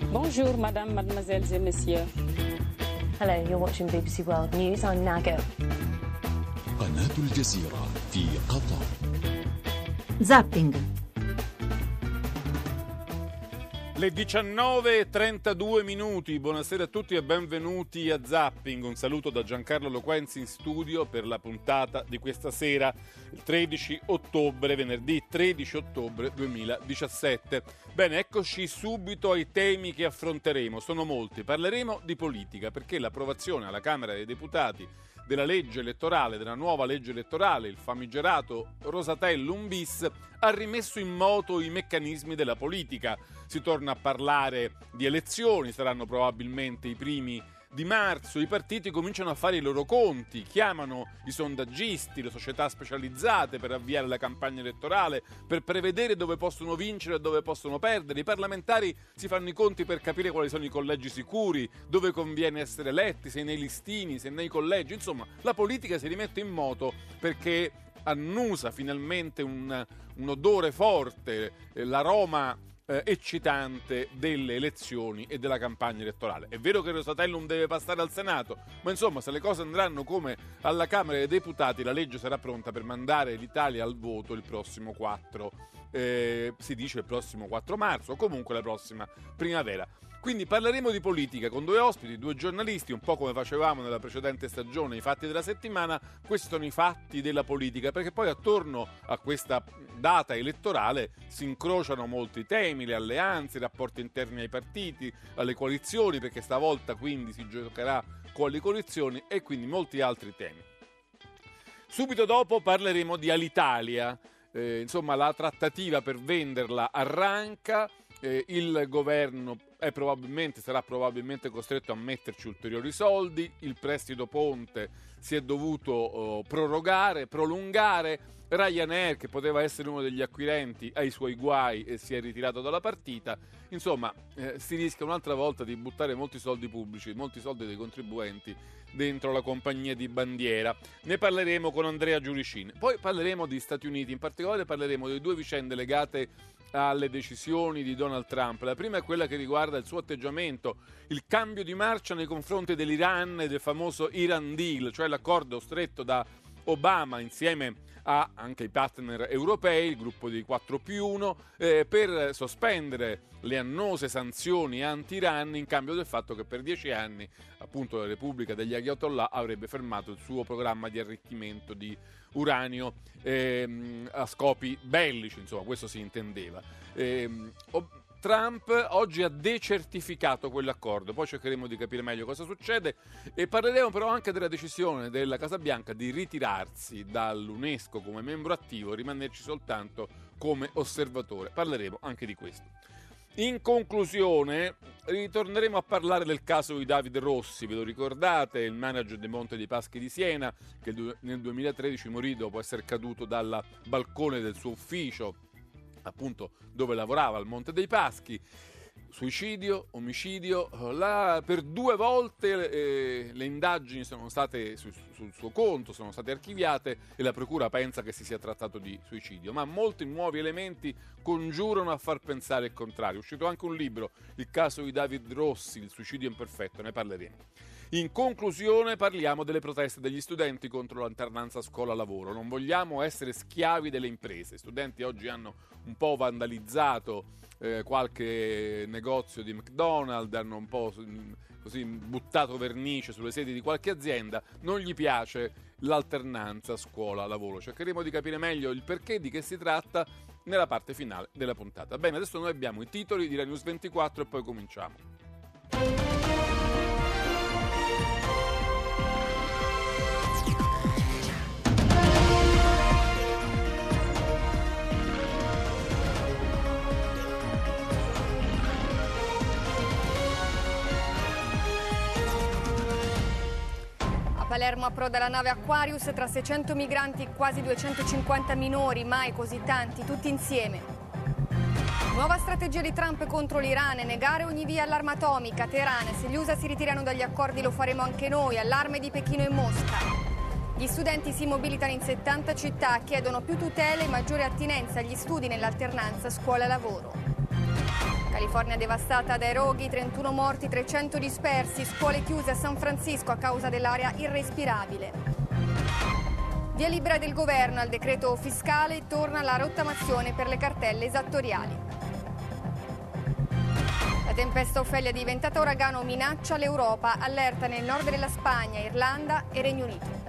Bonjour, madame, mademoiselles et messieurs. Hello, you're watching BBC World News. I'm Nago. قناة الجزيرة في قطر. Zapping. Le 19:32 minuti, buonasera a tutti e benvenuti a Zapping. Un saluto da Giancarlo Loquenzi in studio per la puntata di questa sera, il 13 ottobre, venerdì 13 ottobre 2017. Bene, eccoci subito ai temi che affronteremo, sono molti. Parleremo di politica perché l'approvazione alla Camera dei Deputati della legge elettorale, della nuova legge elettorale, il famigerato Rosatellum bis, ha rimesso in moto i meccanismi della politica. Si torna a parlare di elezioni, saranno probabilmente i primi di marzo, i partiti cominciano a fare i loro conti, chiamano i sondaggisti, le società specializzate per avviare la campagna elettorale, per prevedere dove possono vincere e dove possono perdere. I parlamentari si fanno i conti per capire quali sono i collegi sicuri, dove conviene essere eletti, se nei listini, se nei collegi. Insomma, la politica si rimette in moto perché annusa finalmente un odore forte, l'aroma eccitante delle elezioni e della campagna elettorale. È vero che il Rosatellum deve passare al Senato, ma insomma, se le cose andranno come alla Camera dei Deputati, la legge sarà pronta per mandare l'Italia al voto il prossimo 4 si dice il prossimo 4 marzo o comunque la prossima primavera. Quindi parleremo di politica con due ospiti, due giornalisti, un po' come facevamo nella precedente stagione, i fatti della settimana. Questi sono i fatti della politica, perché poi attorno a questa data elettorale si incrociano molti temi, le alleanze, i rapporti interni ai partiti, alle coalizioni, perché stavolta quindi si giocherà con le coalizioni, e quindi molti altri temi. Subito dopo parleremo di Alitalia, insomma la trattativa per venderla arranca. Il governo sarà probabilmente costretto a metterci ulteriori soldi, il prestito ponte si è dovuto prolungare, Ryanair, che poteva essere uno degli acquirenti, ha i suoi guai e si è ritirato dalla partita. Insomma, si rischia un'altra volta di buttare molti soldi pubblici, molti soldi dei contribuenti dentro la compagnia di bandiera. Ne parleremo con Andrea Giuricin. Poi parleremo di Stati Uniti, in particolare parleremo di due vicende legate alle decisioni di Donald Trump. La prima è quella che riguarda il suo atteggiamento, il cambio di marcia nei confronti dell'Iran e del famoso Iran Deal, cioè l'accordo stretto da Obama insieme a anche i partner europei, il gruppo di 4+1, per sospendere le annose sanzioni anti-Iran in cambio del fatto che per 10 anni appunto la Repubblica degli Ayatollah avrebbe fermato il suo programma di arricchimento di uranio a scopi bellici, insomma questo si intendeva. Trump oggi ha decertificato quell'accordo, poi cercheremo di capire meglio cosa succede e parleremo però anche della decisione della Casa Bianca di ritirarsi dall'UNESCO come membro attivo e rimanerci soltanto come osservatore. Parleremo anche di questo. In conclusione, ritorneremo a parlare del caso di David Rossi, ve lo ricordate, il manager del Monte dei Paschi di Siena, che nel 2013 morì dopo essere caduto dal balcone del suo ufficio, appunto dove lavorava al Monte dei Paschi. Suicidio, omicidio, per 2 volte le indagini sono state sul suo conto, sono state archiviate e la procura pensa che si sia trattato di suicidio, ma molti nuovi elementi congiurano a far pensare il contrario. È uscito anche un libro, Il caso di David Rossi, il suicidio imperfetto, ne parleremo. In conclusione parliamo delle proteste degli studenti contro l'alternanza scuola-lavoro. Non vogliamo essere schiavi delle imprese. Gli studenti oggi hanno un po' vandalizzato qualche negozio di McDonald's, hanno un po' così buttato vernice sulle sedi di qualche azienda. Non gli piace l'alternanza scuola-lavoro. Cercheremo di capire meglio il perché, di che si tratta, nella parte finale della puntata. Bene, adesso noi abbiamo i titoli di Rai News 24 e poi cominciamo. Palermo approda la nave Aquarius, tra 600 migranti quasi 250 minori, mai così tanti, tutti insieme. Nuova strategia di Trump contro l'Iran, negare ogni via all'arma atomica. Teheran, se gli USA si ritirano dagli accordi lo faremo anche noi, allarme di Pechino e Mosca. Gli studenti si mobilitano in 70 città, chiedono più tutele e maggiore attinenza agli studi nell'alternanza scuola-lavoro. California devastata dai roghi, 31 morti, 300 dispersi, scuole chiuse a San Francisco a causa dell'aria irrespirabile. Via libera del governo al decreto fiscale, torna la rottamazione per le cartelle esattoriali. La tempesta Ophelia diventata uragano minaccia l'Europa, allerta nel nord della Spagna, Irlanda e Regno Unito.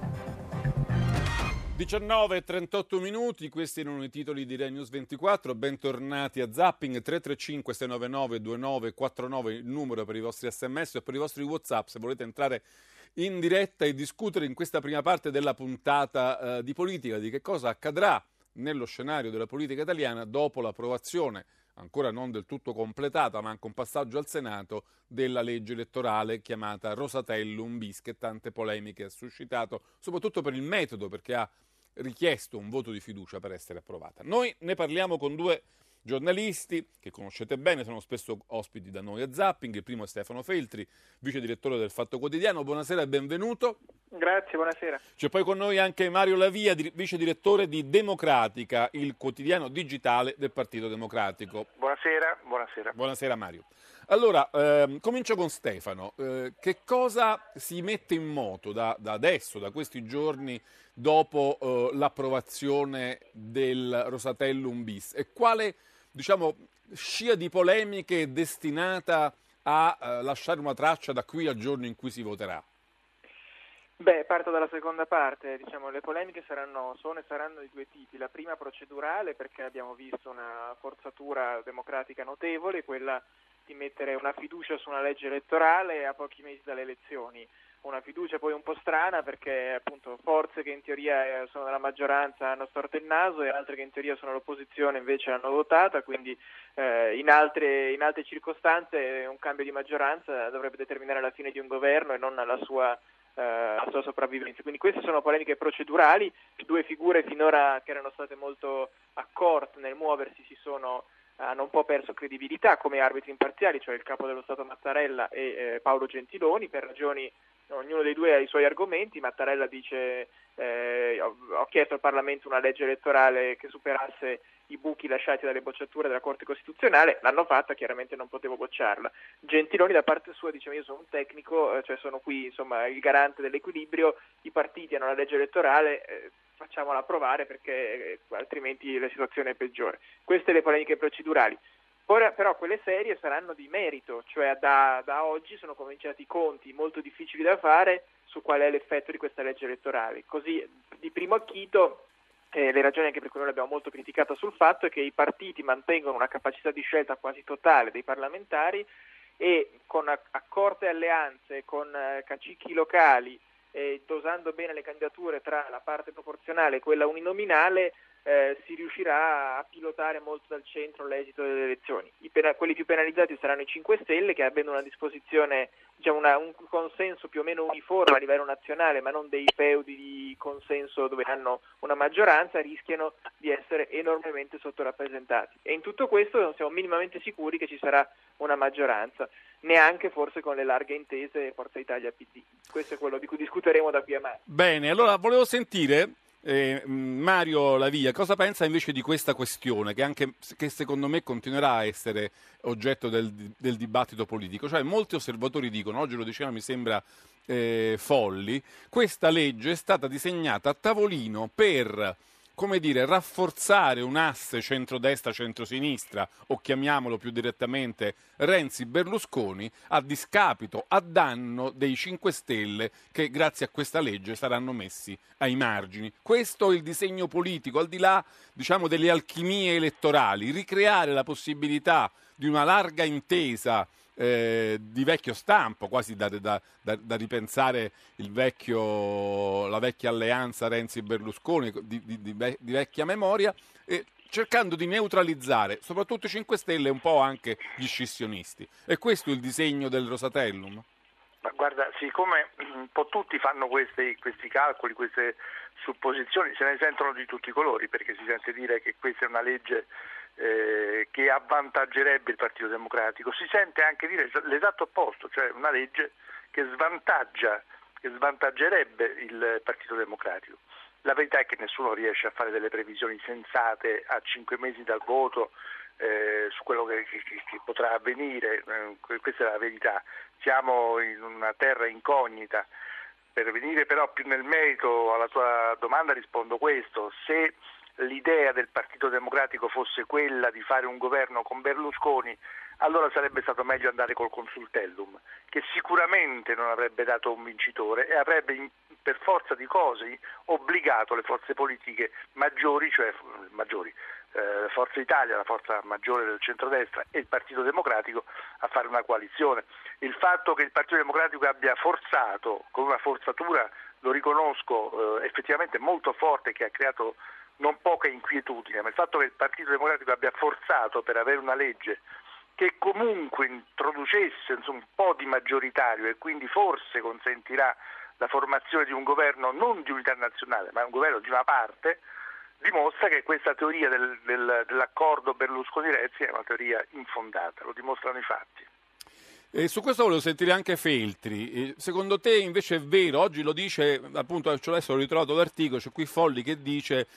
19:38 minuti, questi erano i titoli di Rai News 24, bentornati a Zapping. 335 699 2949 il numero per i vostri sms e per i vostri WhatsApp se volete entrare in diretta e discutere in questa prima parte della puntata di politica, di che cosa accadrà nello scenario della politica italiana dopo l'approvazione, ancora non del tutto completata, ma anche un passaggio al Senato, della legge elettorale chiamata Rosatellum bis, che tante polemiche ha suscitato, soprattutto per il metodo, perché ha richiesto un voto di fiducia per essere approvata. Noi ne parliamo con due giornalisti che conoscete bene, sono spesso ospiti da noi a Zapping. Il primo è Stefano Feltri, vice direttore del Fatto Quotidiano. Buonasera e benvenuto. Grazie, buonasera. C'è poi con noi anche Mario Lavia, vice direttore di Democratica, il quotidiano digitale del Partito Democratico. Buonasera, buonasera. Buonasera Mario. Allora, comincio con Stefano. Che cosa si mette in moto da adesso, da questi giorni, dopo l'approvazione del Rosatellum bis? E quale, scia di polemiche è destinata a lasciare una traccia da qui al giorno in cui si voterà? Parto dalla seconda parte. Le polemiche saranno di due tipi. La prima procedurale, perché abbiamo visto una forzatura democratica notevole, quella di mettere una fiducia su una legge elettorale a pochi mesi dalle elezioni. Una fiducia poi un po' strana, perché appunto forze che in teoria sono nella maggioranza hanno storto il naso e altre che in teoria sono all'opposizione invece l'hanno votata, quindi in altre circostanze un cambio di maggioranza dovrebbe determinare la fine di un governo e non la sua sopravvivenza. Quindi queste sono polemiche procedurali. Due figure finora che erano state molto accorte nel muoversi hanno un po' perso credibilità come arbitri imparziali, cioè il capo dello Stato Mattarella e Paolo Gentiloni, per ragioni, ognuno dei due ha i suoi argomenti. Mattarella dice ho chiesto al Parlamento una legge elettorale che superasse i buchi lasciati dalle bocciature della Corte Costituzionale, l'hanno fatta, chiaramente non potevo bocciarla. Gentiloni da parte sua dice io sono un tecnico, sono qui il garante dell'equilibrio, i partiti hanno la legge elettorale, facciamola approvare perché altrimenti la situazione è peggiore. Queste le polemiche procedurali. Ora però quelle serie saranno di merito, cioè da oggi sono cominciati i conti molto difficili da fare su qual è l'effetto di questa legge elettorale. Così di primo acchito le ragioni anche per cui noi l'abbiamo molto criticata sul fatto è che i partiti mantengono una capacità di scelta quasi totale dei parlamentari e con accorte alleanze, con cacicchi locali, dosando bene le candidature tra la parte proporzionale e quella uninominale, si riuscirà a pilotare molto dal centro l'esito delle elezioni. Quelli più penalizzati saranno i 5 Stelle, che avendo una disposizione, un consenso più o meno uniforme a livello nazionale, ma non dei feudi di consenso dove hanno una maggioranza, rischiano di essere enormemente sottorappresentati. E in tutto questo non siamo minimamente sicuri che ci sarà una maggioranza, neanche forse con le larghe intese Forza Italia PD. Questo è quello di cui discuteremo da qui a marzo. Bene, allora volevo sentire Mario Lavia cosa pensa invece di questa questione che secondo me continuerà a essere oggetto del dibattito politico. Cioè molti osservatori dicono, oggi lo diceva mi sembra Folli, questa legge è stata disegnata a tavolino per rafforzare un asse centrodestra-centrosinistra, o chiamiamolo più direttamente Renzi-Berlusconi, a discapito, a danno dei 5 Stelle che grazie a questa legge saranno messi ai margini. Questo è il disegno politico, al di là delle alchimie elettorali, ricreare la possibilità di una larga intesa di vecchio stampo, quasi da ripensare la vecchia alleanza Renzi-Berlusconi di vecchia memoria, cercando di neutralizzare soprattutto i 5 Stelle e un po' anche gli scissionisti. E questo è il disegno del Rosatellum? Ma guarda, siccome un po' tutti fanno questi calcoli, queste supposizioni, se ne sentono di tutti i colori, perché si sente dire che questa è una legge che avvantaggerebbe il Partito Democratico, si sente anche dire l'esatto opposto, cioè una legge che svantaggerebbe il Partito Democratico. La verità è che nessuno riesce a fare delle previsioni sensate a 5 mesi dal voto su quello che potrà avvenire, questa è la verità. Siamo in una terra incognita. Per venire però più nel merito alla tua domanda rispondo questo: se l'idea del Partito Democratico fosse quella di fare un governo con Berlusconi, allora sarebbe stato meglio andare col Consultellum, che sicuramente non avrebbe dato un vincitore e avrebbe per forza di cose obbligato le forze politiche maggiori, Forza Italia, la forza maggiore del centrodestra, e il Partito Democratico a fare una coalizione. Il fatto che il Partito Democratico abbia forzato, con una forzatura, lo riconosco, effettivamente molto forte, che ha creato non poca inquietudine, ma il fatto che il Partito Democratico abbia forzato per avere una legge che comunque introducesse un po' di maggioritario e quindi forse consentirà la formazione di un governo non di unità nazionale, ma un governo di una parte, dimostra che questa teoria dell'accordo Berlusconi-Renzi è una teoria infondata, lo dimostrano i fatti. E su questo volevo sentire anche Feltri. Secondo te invece è vero, oggi lo dice, appunto adesso ho ritrovato l'articolo, c'è qui Folli che dice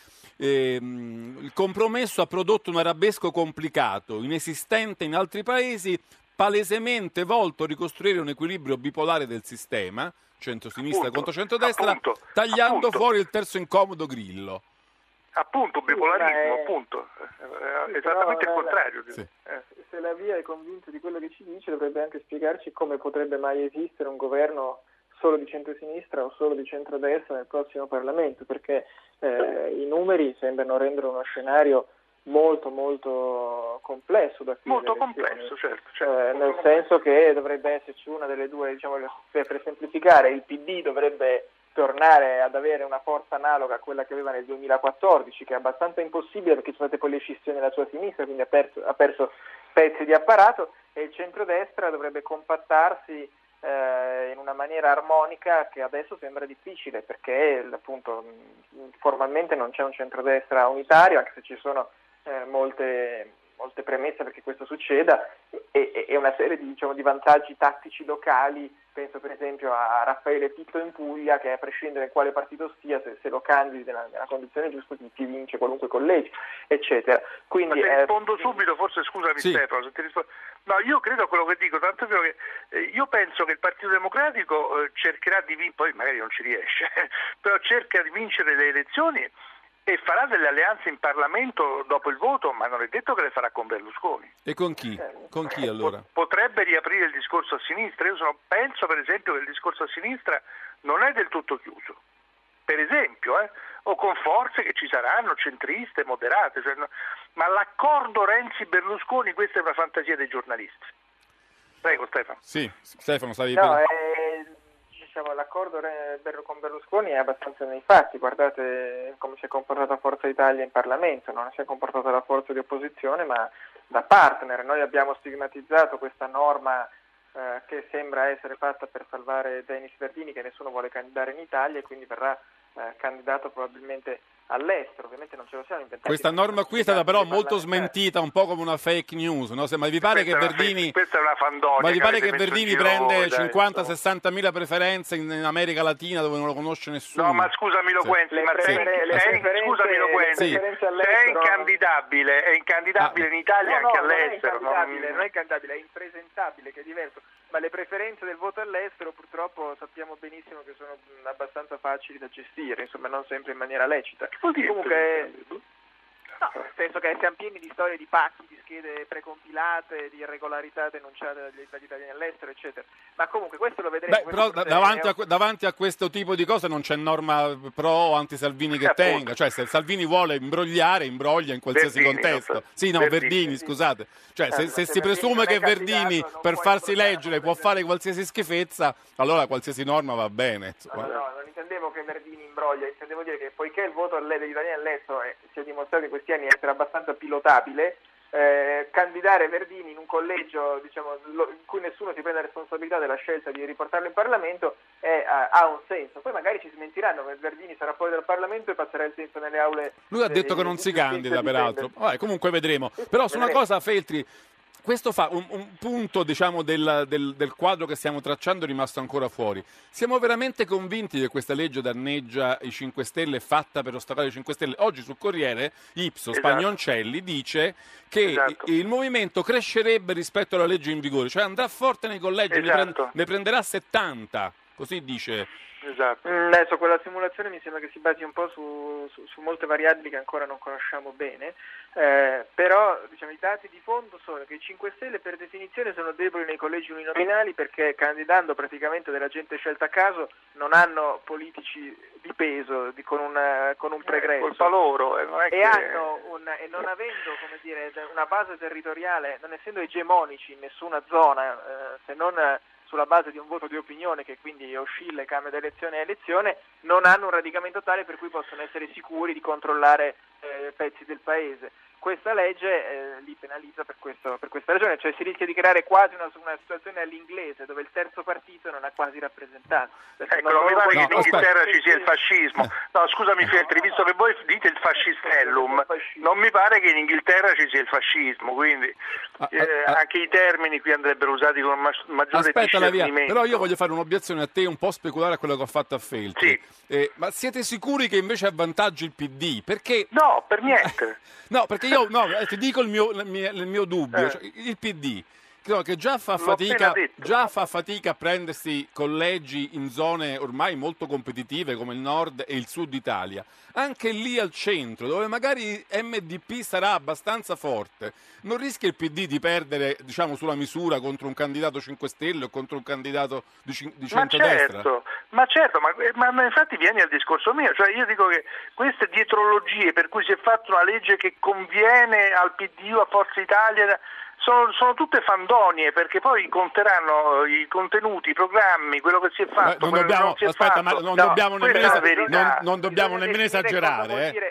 il compromesso ha prodotto un arabesco complicato, inesistente in altri paesi, palesemente volto a ricostruire un equilibrio bipolare del sistema, centro-sinistra contro centrodestra, tagliando fuori il terzo incomodo Grillo. Appunto, bipolarismo, appunto, esattamente il contrario. Sì. Se la Via è convinto di quello che ci dice, dovrebbe anche spiegarci come potrebbe mai esistere un governo solo di centrosinistra o solo di centrodestra nel prossimo Parlamento, perché i numeri sembrano rendere uno scenario molto molto complesso da qui. Molto complesso, certo. Nel senso che dovrebbe esserci una delle due, per semplificare, il PD dovrebbe tornare ad avere una forza analoga a quella che aveva nel 2014, che è abbastanza impossibile perché ci sono state poi le scissioni alla sua sinistra, quindi ha perso pezzi di apparato, e il centrodestra dovrebbe compattarsi in una maniera armonica che adesso sembra difficile, perché appunto formalmente non c'è un centrodestra unitario, anche se ci sono molte premesse perché questo succeda, e una serie di vantaggi tattici locali. Penso per esempio a Raffaele Fitto in Puglia, che a prescindere da quale partito stia, se lo candidi nella condizione giusta ti vince qualunque collegio, eccetera. Quindi, ma ti rispondo subito, forse scusami sì. Stefano, se ti rispondo. No, io credo a quello che dico, tanto è vero che io penso che il Partito Democratico cercherà di vincere, poi magari non ci riesce, però cerca di vincere le elezioni e farà delle alleanze in Parlamento dopo il voto, ma non è detto che le farà con Berlusconi. E con chi? Con chi allora? Potrebbe riaprire il discorso a sinistra. Io penso per esempio che il discorso a sinistra non è del tutto chiuso. Per esempio, o con forze che ci saranno, centriste, moderate, ma l'accordo Renzi-Berlusconi, questa è una fantasia dei giornalisti. Prego Stefano. Sì, Stefano, stavi l'accordo con Berlusconi è abbastanza nei fatti. Guardate come si è comportata Forza Italia in Parlamento, non si è comportata da forza di opposizione ma da partner. Noi abbiamo stigmatizzato questa norma che sembra essere fatta per salvare Denis Verdini, che nessuno vuole candidare in Italia, e quindi verrà candidato probabilmente all'estero. Ovviamente non ce lo siamo inventati. Questa norma qui è stata però molto smentita, un po' come una fake news, no? Ma vi pare che Verdini questa è una fandonia, ma vi pare che Verdini prende 50-60 mila preferenze in America Latina dove non lo conosce nessuno? No, ma scusami Loquenzi, se è incandidabile in Italia anche all'estero. Non è incandidabile, è impresentabile, che è diverso. Ma le preferenze del voto all'estero purtroppo sappiamo benissimo che sono abbastanza facili da gestire, insomma non sempre in maniera lecita. Comunque no, penso che siamo pieni di storie di pacchi, di schede precompilate, di irregolarità denunciate dagli italiani all'estero, eccetera. Ma comunque questo lo vedremo. Però davanti a questo tipo di cose non c'è norma pro o anti-Salvini che tenga. Cioè se Salvini vuole imbrogliare, imbroglia in qualsiasi contesto. Verdini, scusate. Cioè se si presume che Verdini per farsi leggere può fare qualsiasi schifezza, allora qualsiasi norma va bene. No, non intendevo che Verdini imbroglia, intendevo dire che poiché il voto degli italiani all'estero si è dimostrato in questi anni essere abbastanza pilotabile, candidare Verdini in un collegio in cui nessuno si prende la responsabilità della scelta di riportarlo in Parlamento ha un senso. Poi magari ci smentiranno che Verdini sarà fuori dal Parlamento e passerà il tempo nelle aule. Lui ha detto che non si candida, peraltro. Comunque vedremo. Però su una cosa, Feltri, questo fa un punto, diciamo, del quadro che stiamo tracciando è rimasto ancora fuori. Siamo veramente convinti che questa legge danneggia i 5 Stelle, fatta per ostacolare i 5 Stelle? Oggi sul Corriere Ipsos Spagnoncelli dice che il movimento crescerebbe rispetto alla legge in vigore, cioè andrà forte nei collegi, ne prenderà 70, così dice. Esatto. Adesso quella simulazione mi sembra che si basi un po' su molte variabili che ancora non conosciamo bene, però diciamo, i dati di fondo sono che i 5 Stelle per definizione sono deboli nei collegi uninominali perché candidando praticamente della gente scelta a caso non hanno politici di peso con un pregresso. Colpa loro, non è e non avendo, come dire, una base territoriale, non essendo egemonici in nessuna zona, se non sulla base di un voto di opinione che quindi oscilla e cambia da elezione a elezione, non hanno un radicamento tale per cui possono essere sicuri di controllare pezzi del paese. Questa legge li penalizza per questa ragione, cioè si rischia di creare quasi una situazione all'inglese dove il terzo partito non è quasi rappresentato. Ecco, non mi pare che in Inghilterra ci sia il fascismo. No, scusami Feltri, visto che voi dite il fascistellum, non mi pare che in Inghilterra ci sia il fascismo, quindi anche i termini qui andrebbero usati con maggiore discernimento. Però io voglio fare un'obiezione a te un po' speculare a quello che ho fatto a Feltri. Sì. Ma siete sicuri che invece avvantaggi il PD? Perché... No, per niente. No, perché ti dico il mio dubbio, cioè, il PD che già fa fatica a prendersi collegi in zone ormai molto competitive come il nord e il sud Italia, anche lì al centro dove magari MDP sarà abbastanza forte, non rischia il PD di perdere, diciamo, sulla misura contro un candidato 5 Stelle o contro un candidato di centrodestra? Ma certo, ma infatti vieni al discorso mio, cioè io dico che queste dietrologie per cui si è fatta una legge che conviene al PD o a Forza Italia sono tutte fandonie, perché poi conteranno i contenuti, i programmi, quello che si è fatto, quello che non si è fatto. Ma non dobbiamo nemmeno esagerare.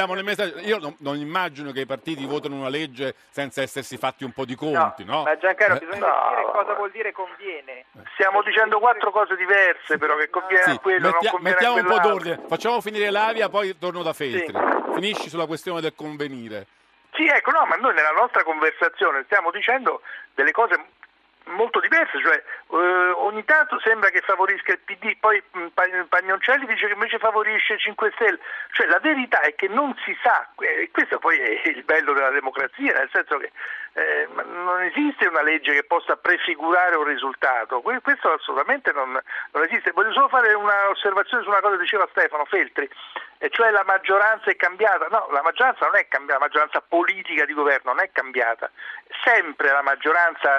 Io non immagino che i partiti votino una legge senza essersi fatti un po' di conti, no? Ma Giancarlo, bisogna dire cosa vuol dire conviene. Stiamo dicendo 4 cose diverse, però, che conviene a quello, non conviene mettiamo a quell'altro. Un po' d'ordine, facciamo finire l'Avia, poi torno da Feltri. Finisci sulla questione del convenire. Sì, ecco, no, ma noi nella nostra conversazione stiamo dicendo delle cose molto diverse, cioè ogni tanto sembra che favorisca il PD, poi Pagnoncelli dice che invece favorisce 5 Stelle, cioè la verità è che non si sa, questo poi è il bello della democrazia, nel senso che non esiste una legge che possa prefigurare un risultato, questo assolutamente non esiste. Voglio solo fare un'osservazione su una cosa che diceva Stefano Feltri, e cioè la maggioranza è cambiata. No, la maggioranza non è cambiata, la maggioranza politica di governo non è cambiata, sempre la maggioranza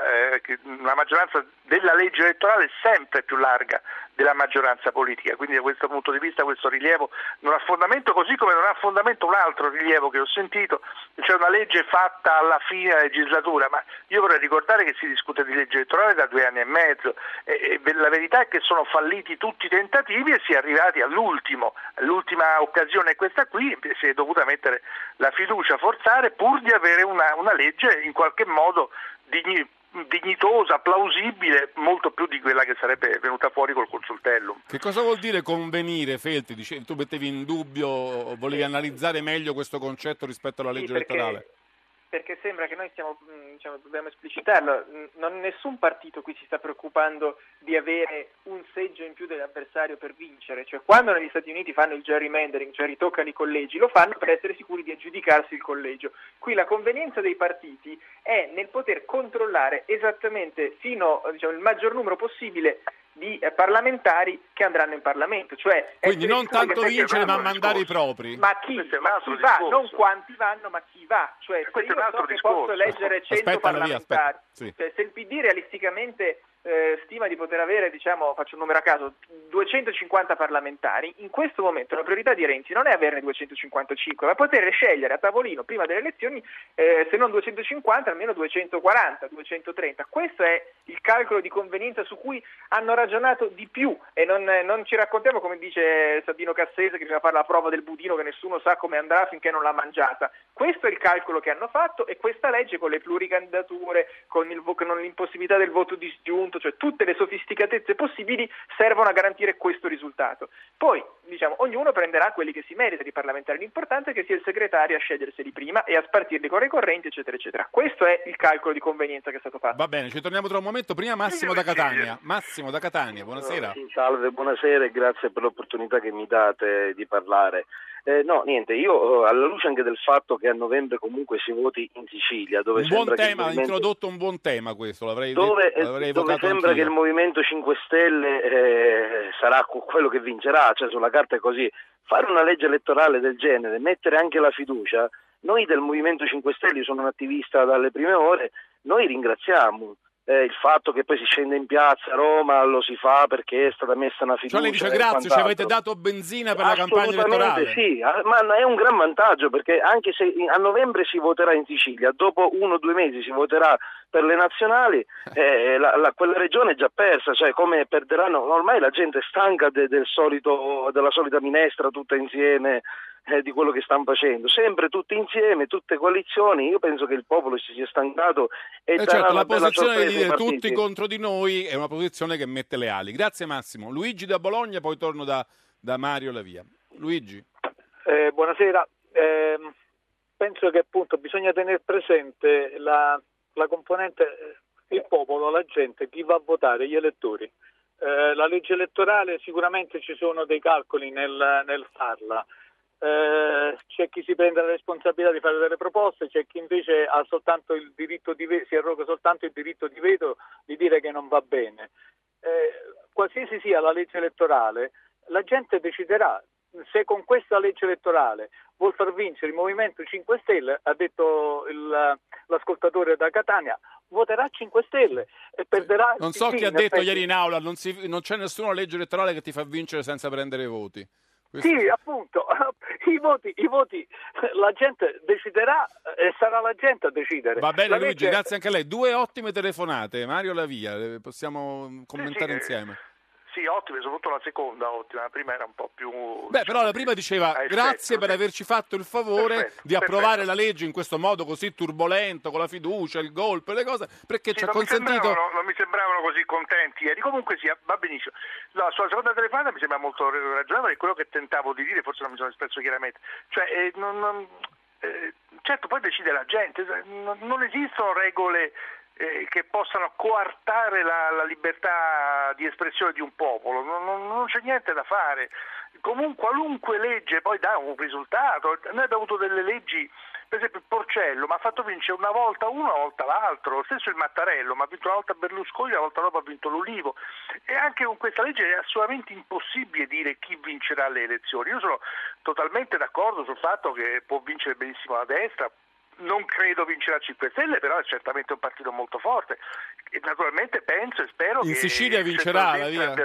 della legge elettorale è sempre più larga della maggioranza politica, quindi da questo punto di vista questo rilievo non ha fondamento, così come non ha fondamento un altro rilievo che ho sentito, c'è una legge fatta alla fine della legislatura, ma io vorrei ricordare che si discute di legge elettorale da 2 anni e mezzo e la verità è che sono falliti tutti i tentativi e si è arrivati l'ultima occasione è questa qui, si è dovuta mettere la fiducia, forzare pur di avere una legge in qualche modo dignitosa, plausibile, molto più di quella che sarebbe venuta fuori col Consultellum. Che cosa vuol dire convenire, Feltri? Tu mettevi in dubbio, volevi analizzare meglio questo concetto rispetto alla legge elettorale? Perché sembra che noi dobbiamo esplicitarlo, nessun partito qui si sta preoccupando di avere un seggio in più dell'avversario per vincere, cioè quando negli Stati Uniti fanno il gerrymandering, cioè ritoccano i collegi, lo fanno per essere sicuri di aggiudicarsi il collegio. Qui la convenienza dei partiti è nel poter controllare esattamente fino il maggior numero possibile di parlamentari che andranno in Parlamento, cioè quindi non tanto vincere ma mandare i propri. Ma chi va, non quanti vanno, ma chi va, cioè se io so che posso eleggere 100 parlamentari, sì. Cioè, se il PD realisticamente stima di poter avere, faccio un numero a caso, 250 parlamentari, in questo momento la priorità di Renzi non è averne 255, ma poter scegliere a tavolino prima delle elezioni, se non 250, almeno 240, 230. Questo è il calcolo di convenienza su cui hanno ragionato di più e non ci raccontiamo, come dice Sabino Cassese, che bisogna fare la prova del budino che nessuno sa come andrà finché non l'ha mangiata. Questo è il calcolo che hanno fatto e questa legge con le pluricandidature, con l'impossibilità del voto disgiunto, cioè tutte le sofisticatezze possibili servono a garantire questo risultato. Poi, diciamo, ognuno prenderà quelli che si merita di parlamentari, l'importante è che sia il segretario a sceglierseli prima e a spartirli con i correnti, eccetera, eccetera. Questo è il calcolo di convenienza che è stato fatto. Va bene, ci torniamo tra un momento. Prima Massimo da Catania. Massimo da Catania, buonasera. Sì, salve, buonasera e grazie per l'opportunità che mi date di parlare. No, niente, io alla luce anche del fatto che a novembre comunque si voti in Sicilia, dove un buon sembra tema, ha introdotto un buon tema questo, l'avrei dove votato sembra anch'io. che il Movimento 5 Stelle sarà quello che vincerà, cioè sulla carta è così. Fare una legge elettorale del genere, mettere anche la fiducia, noi del Movimento 5 Stelle, io sono un attivista dalle prime ore, noi ringraziamo. Il fatto che poi si scende in piazza a Roma lo si fa perché è stata messa una fiducia. Cioè lei dice grazie, ci avete dato benzina per la campagna elettorale. Sì, ma è un gran vantaggio perché anche se a novembre si voterà in Sicilia, dopo 1 o 2 mesi si voterà per le nazionali, quella regione è già persa, cioè come perderanno, ormai la gente è stanca della solita minestra tutta insieme, di quello che stanno facendo, sempre tutti insieme, tutte coalizioni. Io penso che il popolo si sia stancato e certo, la posizione di dire tutti contro di noi è una posizione che mette le ali. Grazie Massimo. Luigi da Bologna, poi torno da Mario Lavia. Luigi. Buonasera. Penso che appunto bisogna tenere presente la componente il popolo, la gente, chi va a votare, gli elettori. La legge elettorale, sicuramente ci sono dei calcoli nel farla. C'è chi si prende la responsabilità di fare delle proposte, c'è chi invece ha soltanto il diritto di si arroga soltanto il diritto di veto di dire che non va bene. Qualsiasi sia la legge elettorale, la gente deciderà se con questa legge elettorale vuol far vincere il Movimento 5 Stelle, ha detto l'ascoltatore da Catania, voterà 5 Stelle e perderà. Non so chi ha detto ieri in aula, non c'è nessuna legge elettorale che ti fa vincere senza prendere voti. Sì, appunto, i voti, la gente deciderà e sarà la gente a decidere. Va bene Luigi, grazie anche a lei. 2 ottime telefonate, Mario Lavia, possiamo commentare insieme. Sì, ottime, soprattutto la seconda ottima, la prima era un po' più... però la prima diceva grazie per averci fatto il favore di approvare la legge in questo modo così turbolento, con la fiducia, il golpe, le cose, perché ci ha consentito... Non mi sembravano così contenti ieri, comunque sì, va benissimo. No, sulla seconda telefonata mi sembra molto ragionevole, è quello che tentavo di dire, forse non mi sono espresso chiaramente. Cioè, certo, poi decide la gente, non esistono regole... che possano coartare la libertà di espressione di un popolo, non c'è niente da fare. Comunque qualunque legge poi dà un risultato. Noi abbiamo avuto delle leggi, per esempio il Porcello mi ha fatto vincere una volta uno, una volta l'altro, lo stesso il Mattarello, ma ha vinto una volta Berlusconi, la volta dopo ha vinto l'Ulivo, e anche con questa legge è assolutamente impossibile dire chi vincerà le elezioni. Io sono totalmente d'accordo sul fatto che può vincere benissimo la destra. Non credo vincerà 5 Stelle, però è certamente un partito molto forte e naturalmente penso e spero che... In Sicilia vincerà la via?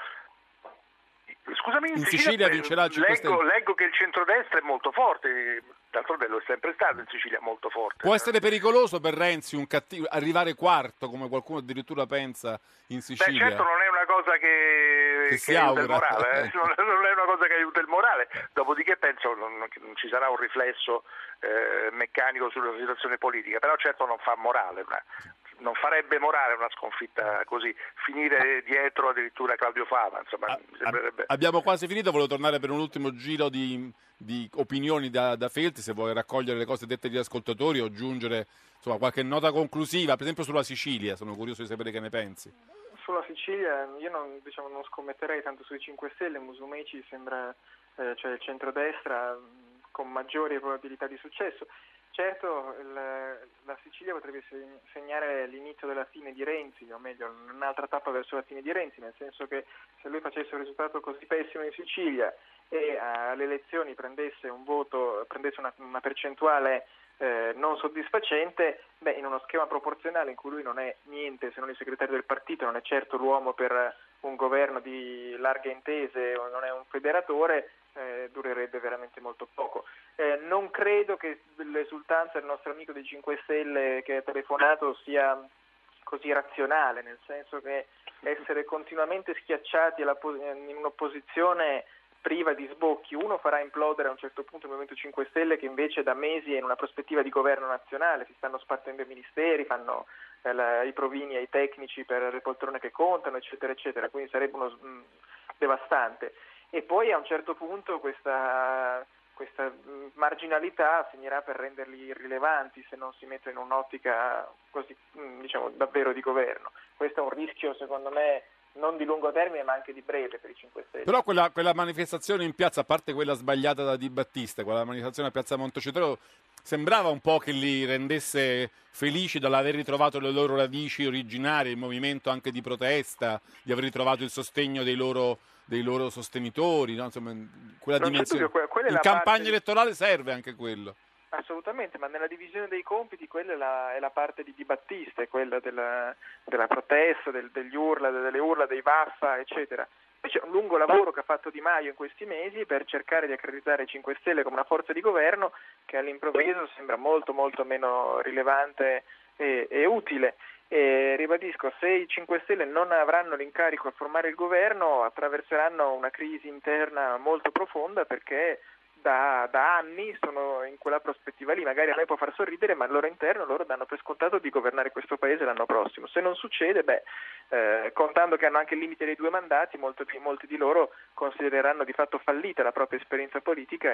Scusami, in Sicilia vincerà il 5 Stelle? Leggo che il centrodestra è molto forte, d'altronde lo è sempre stato in Sicilia molto forte. Può essere pericoloso per Renzi arrivare quarto, come qualcuno addirittura pensa in Sicilia? Beh, certo non è una cosa che si aiuta augura. Il morale, non è una cosa che aiuta il morale, dopodiché penso che non ci sarà un riflesso meccanico sulla situazione politica, però certo non fa morale, non farebbe morale una sconfitta così, finire dietro addirittura Claudio Fava, insomma, mi sembrerebbe... Abbiamo quasi finito, volevo tornare per un ultimo giro di opinioni da Feltri, se vuoi raccogliere le cose dette dagli ascoltatori o aggiungere qualche nota conclusiva, per esempio sulla Sicilia, sono curioso di sapere che ne pensi. Sulla Sicilia io non scommetterei tanto sui 5 Stelle, Musumeci sembra cioè il centrodestra con maggiori probabilità di successo. Certo, la Sicilia potrebbe segnare l'inizio della fine di Renzi, o meglio, un'altra tappa verso la fine di Renzi, nel senso che se lui facesse un risultato così pessimo in Sicilia e alle elezioni prendesse una percentuale non soddisfacente, in uno schema proporzionale in cui lui non è niente se non il segretario del partito, non è certo l'uomo per un governo di larghe intese, o non è un federatore, durerebbe veramente molto poco. Non credo che l'esultanza del nostro amico dei 5 Stelle che ha telefonato sia così razionale, nel senso che essere continuamente schiacciati in un'opposizione priva di sbocchi, uno farà implodere a un certo punto il Movimento 5 Stelle, che invece da mesi è in una prospettiva di governo nazionale, si stanno spartendo i ministeri, fanno i provini ai tecnici per le poltrone che contano, eccetera, eccetera, quindi sarebbe devastante. e poi a un certo punto questa marginalità finirà per renderli irrilevanti se non si mette in un'ottica così, diciamo, davvero di governo. Questo è un rischio, secondo me, non di lungo termine ma anche di breve per i 5 Stelle. Però quella manifestazione in piazza, a parte quella sbagliata da Di Battista, quella manifestazione a piazza Montecitorio, sembrava un po' che li rendesse felici dall'aver ritrovato le loro radici originarie, il movimento anche di protesta, di aver ritrovato il sostegno dei loro sostenitori, no? Insomma, quella dimensione. In campagna elettorale serve anche quello. Assolutamente, ma nella divisione dei compiti quella è la parte di Battista, è quella della protesta, delle urla, dei vaffa, eccetera. Poi c'è un lungo lavoro che ha fatto Di Maio in questi mesi per cercare di accreditare i 5 Stelle come una forza di governo che all'improvviso sembra molto molto meno rilevante e utile. E ribadisco, se i 5 Stelle non avranno l'incarico a formare il governo attraverseranno una crisi interna molto profonda, perché da anni sono in quella prospettiva lì. Magari a me può far sorridere, ma al loro interno loro danno per scontato di governare questo paese l'anno prossimo. Se non succede, contando che hanno anche il limite dei 2 mandati, molti di loro considereranno di fatto fallita la propria esperienza politica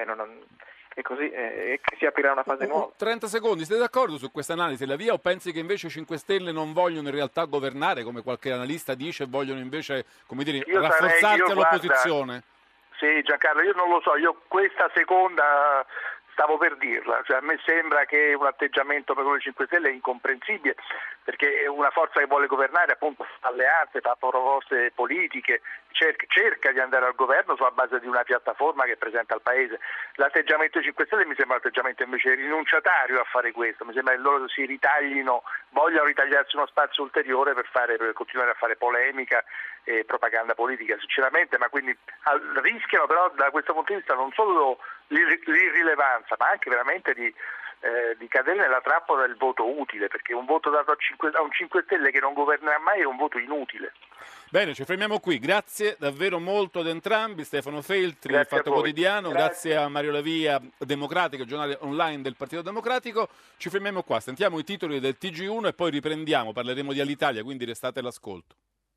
e così che si aprirà una fase nuova. 30 secondi, siete d'accordo su questa analisi della via, o pensi che invece i 5 Stelle non vogliono in realtà governare, come qualche analista dice, e vogliono invece, come dire, rafforzarsi all'opposizione? Sì, Giancarlo, io non lo so, io questa seconda stavo per dirla, cioè a me sembra che un atteggiamento per quello dei 5 Stelle è incomprensibile, perché una forza che vuole governare appunto fa alleanze, fa proposte politiche, cerca di andare al governo sulla base di una piattaforma che presenta al Paese. L'atteggiamento dei 5 Stelle mi sembra un atteggiamento invece rinunciatario a fare questo, mi sembra che loro vogliano ritagliarsi uno spazio ulteriore per continuare a fare polemica e propaganda politica, sinceramente, ma quindi rischiano però da questo punto di vista non solo l'irrilevanza, ma anche veramente di cadere nella trappola del voto utile, perché un voto dato a un 5 Stelle che non governerà mai è un voto inutile. Bene, ci fermiamo qui. Grazie davvero molto ad entrambi, Stefano Feltri del Fatto Quotidiano, grazie a Mario Lavia, Democratico, giornale online del Partito Democratico. Ci fermiamo qua, sentiamo i titoli del TG1 e poi riprendiamo, parleremo di Alitalia, quindi restate all'ascolto.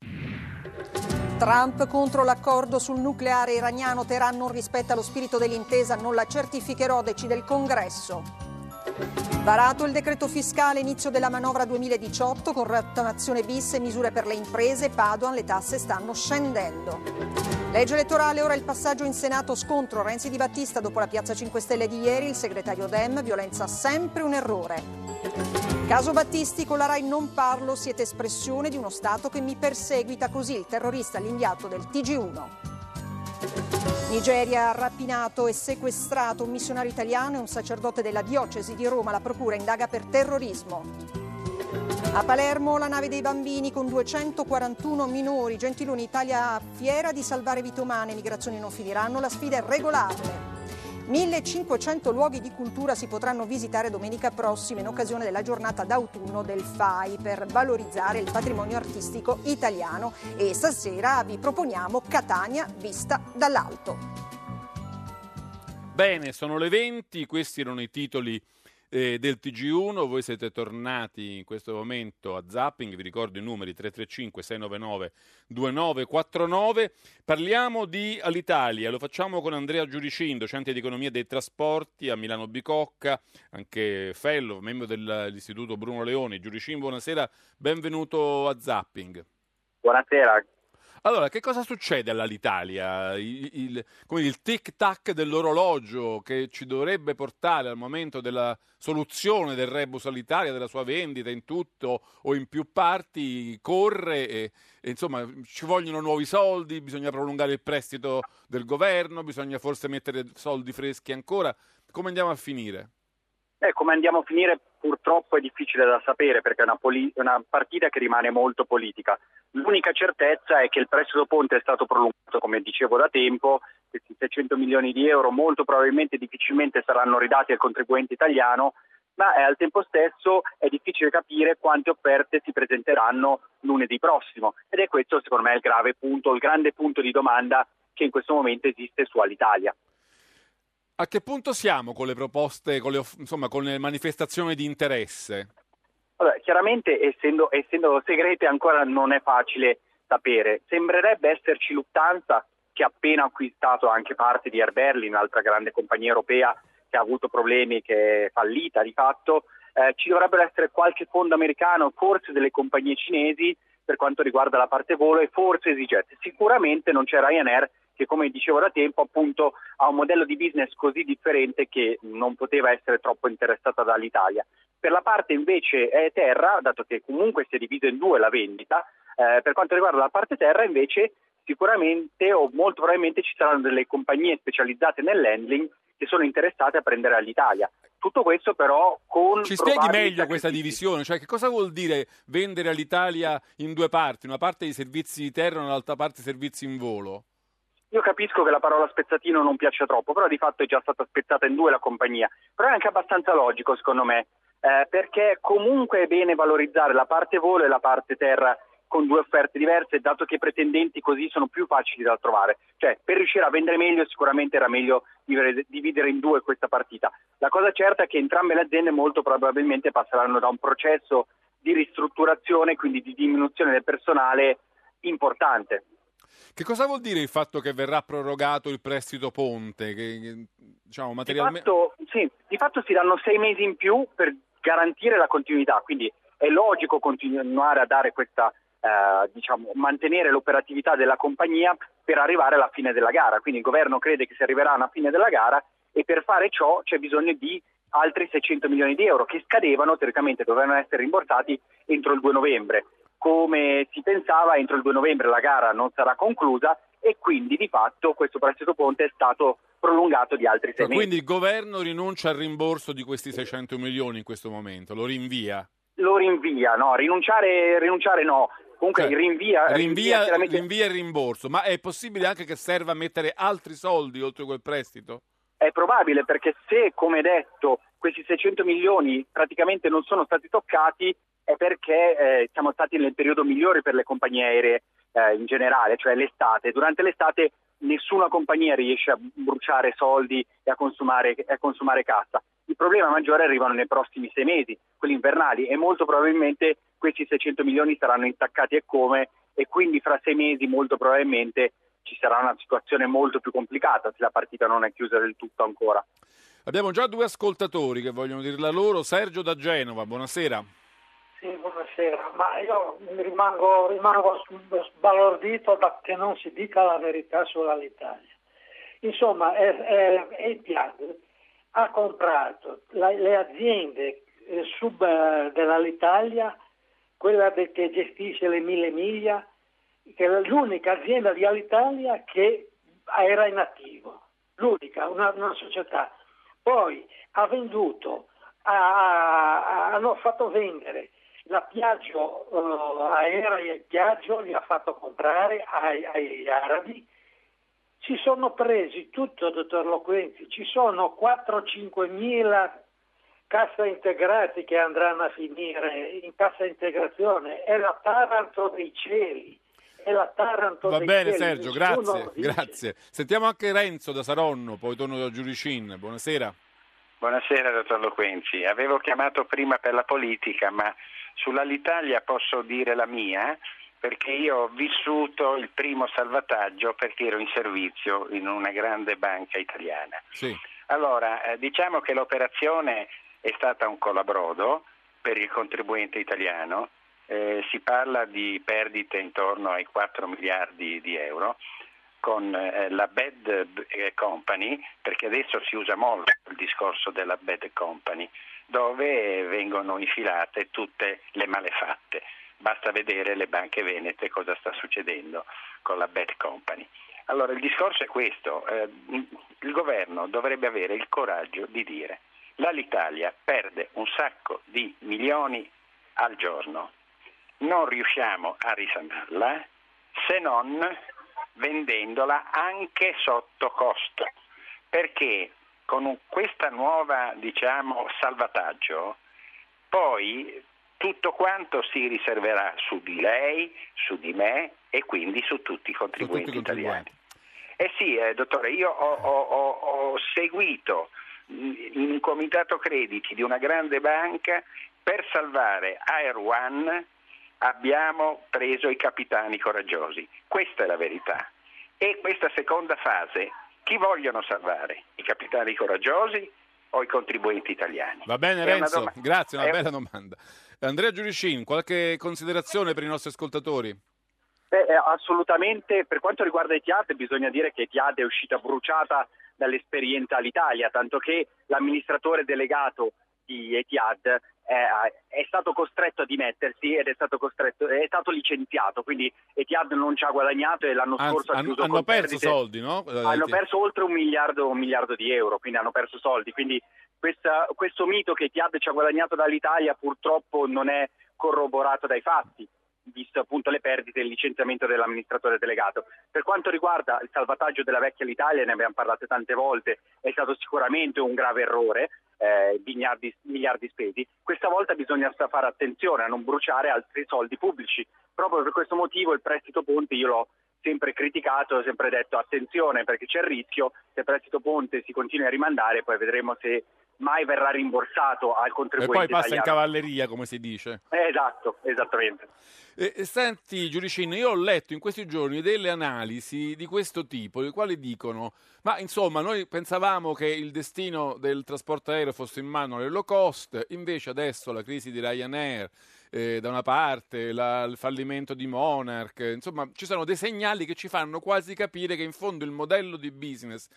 Trump contro l'accordo sul nucleare iraniano. Teheran non rispetta lo spirito dell'intesa, non la certificherò, decide il Congresso. Varato il decreto fiscale, inizio della manovra 2018 con rottamazione bis e misure per le imprese. Padoan, le tasse stanno scendendo. Legge elettorale, ora il passaggio in Senato, scontro Renzi Di Battista dopo la Piazza 5 Stelle di ieri, il segretario Dem, violenza sempre un errore. Caso Battisti, con la Rai non parlo, siete espressione di uno Stato che mi perseguita, così il terrorista all'inviato del TG1. Nigeria, rapinato e sequestrato un missionario italiano e un sacerdote della diocesi di Roma, la procura indaga per terrorismo. A Palermo la nave dei bambini con 241 minori, Gentiloni, Italia fiera di salvare vite umane, migrazioni non finiranno, la sfida è regolarle. 1500 luoghi di cultura si potranno visitare domenica prossima in occasione della giornata d'autunno del FAI per valorizzare il patrimonio artistico italiano, e stasera vi proponiamo Catania vista dall'alto. Bene, sono le 20, questi erano i titoli del TG1, voi siete tornati in questo momento a Zapping, vi ricordo i numeri 335 699 2949, parliamo di Alitalia, lo facciamo con Andrea Giuricin, docente di economia dei trasporti a Milano Bicocca, anche fellow, membro dell'Istituto Bruno Leoni. Giuricin, buonasera, benvenuto a Zapping. Buonasera. Allora, che cosa succede all'Alitalia? Il tic-tac dell'orologio che ci dovrebbe portare al momento della soluzione del rebus Alitalia, della sua vendita in tutto o in più parti, corre e insomma ci vogliono nuovi soldi, bisogna prolungare il prestito del governo, bisogna forse mettere soldi freschi ancora. Come andiamo a finire? Come andiamo a finire purtroppo è difficile da sapere, perché è una partita che rimane molto politica. L'unica certezza è che il prestito ponte è stato prolungato, come dicevo, da tempo. Questi 600 milioni di euro molto probabilmente difficilmente saranno ridati al contribuente italiano, ma al tempo stesso è difficile capire quante offerte si presenteranno lunedì prossimo, ed è questo secondo me il grande punto di domanda che in questo momento esiste su Alitalia. A che punto siamo con le proposte, con le manifestazioni di interesse? Allora, chiaramente essendo segrete ancora non è facile sapere. Sembrerebbe esserci Lufthansa che ha appena acquistato anche parte di Air Berlin, un'altra grande compagnia europea che ha avuto problemi, che è fallita di fatto. Ci dovrebbero essere qualche fondo americano, forse delle compagnie cinesi per quanto riguarda la parte volo, e forse EasyJet. Sicuramente non c'è Ryanair, che come dicevo da tempo appunto ha un modello di business così differente che non poteva essere troppo interessata dall'Italia. Per la parte invece terra, dato che comunque si è diviso in due la vendita, per quanto riguarda la parte terra invece sicuramente o molto probabilmente ci saranno delle compagnie specializzate nell'handling che sono interessate a prendere all'Italia. Tutto questo però con... Ci spieghi meglio questa divisione? Cioè, che cosa vuol dire vendere all'Italia in due parti? Una parte di servizi di terra e un'altra parte di servizi in volo? Io capisco che la parola spezzatino non piaccia troppo, però di fatto è già stata spezzata in due la compagnia. Però è anche abbastanza logico secondo me, perché comunque è bene valorizzare la parte volo e la parte terra con due offerte diverse, dato che i pretendenti così sono più facili da trovare. Cioè, per riuscire a vendere meglio sicuramente era meglio dividere in due questa partita. La cosa certa è che entrambe le aziende molto probabilmente passeranno da un processo di ristrutturazione, quindi di diminuzione del personale importante. Che cosa vuol dire il fatto che verrà prorogato il prestito ponte? Che diciamo, materialmente... Di fatto si danno 6 mesi in più per garantire la continuità, quindi è logico continuare a dare questa mantenere l'operatività della compagnia per arrivare alla fine della gara. Quindi il governo crede che si arriverà alla fine della gara e per fare ciò c'è bisogno di altri 600 milioni di euro che scadevano, teoricamente dovevano essere rimborsati entro il 2 novembre. Come si pensava, entro il 2 novembre la gara non sarà conclusa e quindi di fatto questo prestito ponte è stato prolungato di altri 6 mesi. Quindi il governo rinuncia al rimborso di questi 600 milioni in questo momento, lo rinvia? Lo rinvia, no, rinunciare no. Comunque rinvia il rimborso, ma è possibile anche che serva a mettere altri soldi oltre quel prestito? È probabile, perché se, come detto, questi 600 milioni praticamente non sono stati toccati, è perché siamo stati nel periodo migliore per le compagnie aeree in generale, cioè l'estate. Durante l'estate nessuna compagnia riesce a bruciare soldi e a consumare cassa. Il problema maggiore arrivano nei prossimi 6 mesi, quelli invernali, e molto probabilmente questi 600 milioni saranno intaccati e quindi fra 6 mesi molto probabilmente ci sarà una situazione molto più complicata se la partita non è chiusa del tutto ancora. Abbiamo già 2 ascoltatori che vogliono dir la loro. Sergio da Genova, buonasera. Sì, buonasera, ma io rimango sbalordito da che non si dica la verità sull'Alitalia. Insomma, Etihad ha comprato le aziende sub dell'Alitalia, quella che gestisce le 1000 miglia, che è l'unica azienda di Alitalia che era in attivo, l'unica, una società. Poi ha venduto, hanno fatto vendere la Piaggio aerei, Piaggio li ha fatto comprare agli arabi. Si sono presi tutto, dottor Loquenzi, ci sono 4-5 mila cassa integrati che andranno a finire in cassa integrazione. È la Taranto dei cieli. Va bene Sergio, grazie. Sentiamo anche Renzo da Saronno, poi torno da Giuricin. Buonasera. Buonasera dottor Loquenzi. Avevo chiamato prima per la politica, ma sull'Alitalia posso dire la mia, perché io ho vissuto il primo salvataggio perché ero in servizio in una grande banca italiana. Sì. Allora, diciamo che l'operazione è stata un colabrodo per il contribuente italiano, si parla di perdite intorno ai 4 miliardi di euro con la bad company, perché adesso si usa molto il discorso della bad company, dove vengono infilate tutte le malefatte. Basta vedere le banche venete cosa sta succedendo con la bad company. Allora il discorso è questo, il governo dovrebbe avere il coraggio di dire: l'Alitalia perde un sacco di milioni al giorno, non riusciamo a risanarla se non vendendola anche sotto costo, perché con questa nuova salvataggio poi tutto quanto si riserverà su di lei, su di me e quindi su tutti i contribuenti italiani. Sì, dottore, io ho seguito in un comitato crediti di una grande banca. Per salvare Air One abbiamo preso i capitani coraggiosi, questa è la verità. E questa seconda fase, chi vogliono salvare? I capitani coraggiosi o i contribuenti italiani? Va bene Renzo, grazie, una bella domanda. Andrea Giuricin, qualche considerazione per i nostri ascoltatori? Assolutamente, per quanto riguarda Etihad bisogna dire che Etihad è uscita bruciata dall'esperienza all'Italia, tanto che l'amministratore delegato di Etihad è stato costretto a dimettersi ed è stato licenziato, quindi Etihad non ci ha guadagnato e l'anno scorso ha chiuso hanno perso soldi, no? Hanno perso oltre un miliardo di euro, quindi hanno perso soldi, quindi questo mito che Etihad ci ha guadagnato dall'Italia purtroppo non è corroborato dai fatti, visto appunto le perdite e il licenziamento dell'amministratore delegato. Per quanto riguarda il salvataggio della vecchia Alitalia, ne abbiamo parlato tante volte, è stato sicuramente un grave errore, miliardi spesi. Questa volta bisogna fare attenzione a non bruciare altri soldi pubblici. Proprio per questo motivo il prestito ponte io l'ho sempre criticato, ho sempre detto attenzione perché c'è il rischio, se il prestito ponte si continua a rimandare poi vedremo se mai verrà rimborsato al contribuente italiano. E poi passa italiano. in cavalleria, come si dice. Esatto, esattamente. Senti Giuricin, io ho letto in questi giorni delle analisi di questo tipo, le quali dicono, ma insomma noi pensavamo che il destino del trasporto aereo fosse in mano alle low cost, invece adesso la crisi di Ryanair, da una parte il fallimento di Monarch, insomma ci sono dei segnali che ci fanno quasi capire che in fondo il modello di business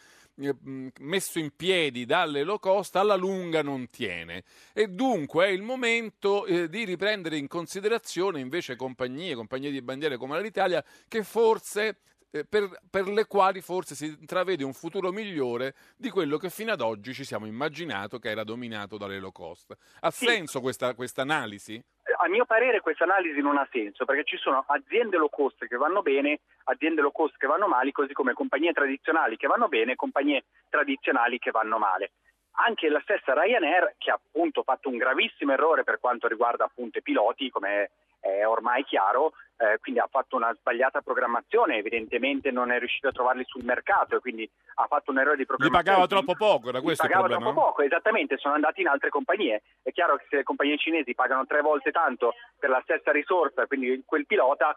messo in piedi dalle low cost alla lunga non tiene, e dunque è il momento di riprendere in considerazione invece compagnie di bandiere come l'Alitalia, che forse per le quali forse si intravede un futuro migliore di quello che fino ad oggi ci siamo immaginato che era dominato dalle low cost. Ha senso questa analisi? A mio parere questa analisi non ha senso, perché ci sono aziende low cost che vanno bene, aziende low cost che vanno male, così come compagnie tradizionali che vanno bene e compagnie tradizionali che vanno male. Anche la stessa Ryanair, che ha appunto fatto un gravissimo errore per quanto riguarda appunto i piloti, come è ormai chiaro, quindi ha fatto una sbagliata programmazione, evidentemente non è riuscito a trovarli sul mercato e quindi ha fatto un errore di programmazione. Li pagava troppo poco, era questo il problema? Pagava troppo poco, esattamente, sono andati in altre compagnie. È chiaro che se le compagnie cinesi pagano 3 volte tanto per la stessa risorsa, quindi quel pilota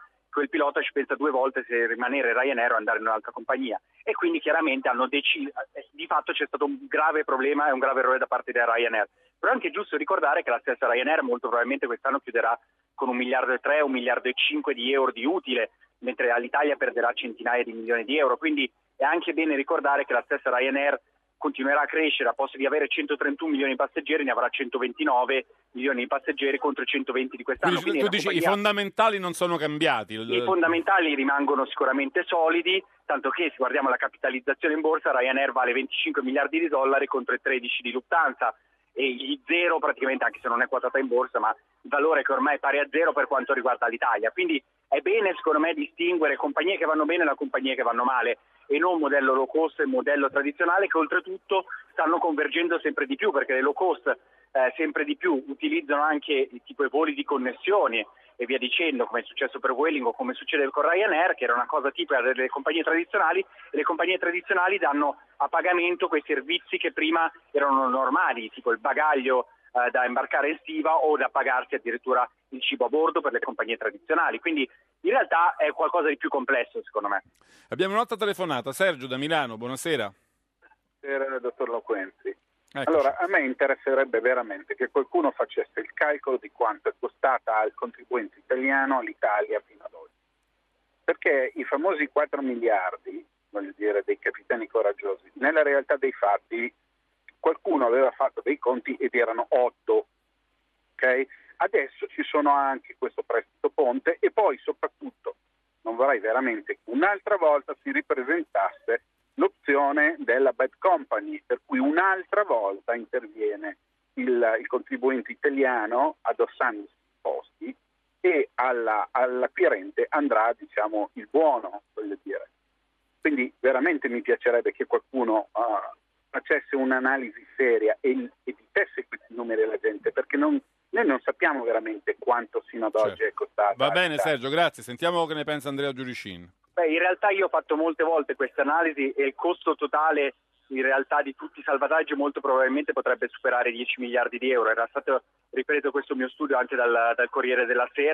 ci pensa 2 volte se rimanere Ryanair o andare in un'altra compagnia, e quindi chiaramente hanno deciso, di fatto c'è stato un grave problema e un grave errore da parte di Ryanair. Però è anche giusto ricordare che la stessa Ryanair molto probabilmente quest'anno chiuderà con 1,3 miliardi, 1,5 miliardi di euro di utile, mentre all'Italia perderà centinaia di milioni di euro, quindi è anche bene ricordare che la stessa Ryanair continuerà a crescere, a posto di avere 131 milioni di passeggeri ne avrà 129 milioni di passeggeri contro i 120 di quest'anno. Quindi tu dici i fondamentali non sono cambiati? I fondamentali rimangono sicuramente solidi, tanto che se guardiamo la capitalizzazione in borsa Ryanair vale 25 miliardi di dollari contro i 13 di Lufthansa, e gli zero praticamente, anche se non è quotata in borsa, ma il valore che ormai è pari a zero per quanto riguarda l'Italia. Quindi è bene secondo me distinguere compagnie che vanno bene da compagnie che vanno male, e non modello low cost e modello tradizionale, che oltretutto stanno convergendo sempre di più, perché le low cost sempre di più utilizzano anche tipo i voli di connessioni e via dicendo, come è successo per Vueling o come succede con Ryanair, che era una cosa tipica delle compagnie tradizionali, e le compagnie tradizionali danno a pagamento quei servizi che prima erano normali, tipo il bagaglio da imbarcare in stiva o da pagarsi addirittura il cibo a bordo per le compagnie tradizionali. Quindi in realtà è qualcosa di più complesso, secondo me. Abbiamo un'altra telefonata. Sergio da Milano, buonasera. Buonasera, dottor Loquenzi. Eccoci. Allora, a me interesserebbe veramente che qualcuno facesse il calcolo di quanto è costata al contribuente italiano l'Italia fino ad oggi. Perché i famosi 4 miliardi, voglio dire, dei capitani coraggiosi, nella realtà dei fatti qualcuno aveva fatto dei conti ed erano 8, ok? Adesso ci sono anche questo prestito ponte, e poi soprattutto non vorrei veramente che un'altra volta si ripresentasse l'opzione della bad company, per cui un'altra volta interviene il contribuente italiano addossando i costi e all'acquirente andrà, diciamo, il buono, voglio dire. Quindi veramente mi piacerebbe che qualcuno facesse un'analisi seria e dicesse questi numeri alla gente, perché noi non sappiamo veramente quanto sino ad oggi è costata. Va bene Sergio, grazie. Sentiamo che ne pensa Andrea Giuricin. Beh, in realtà io ho fatto molte volte questa analisi e il costo totale in realtà di tutti i salvataggi molto probabilmente potrebbe superare 10 miliardi di euro. Era stato ripreso questo mio studio anche dal Corriere della Sera,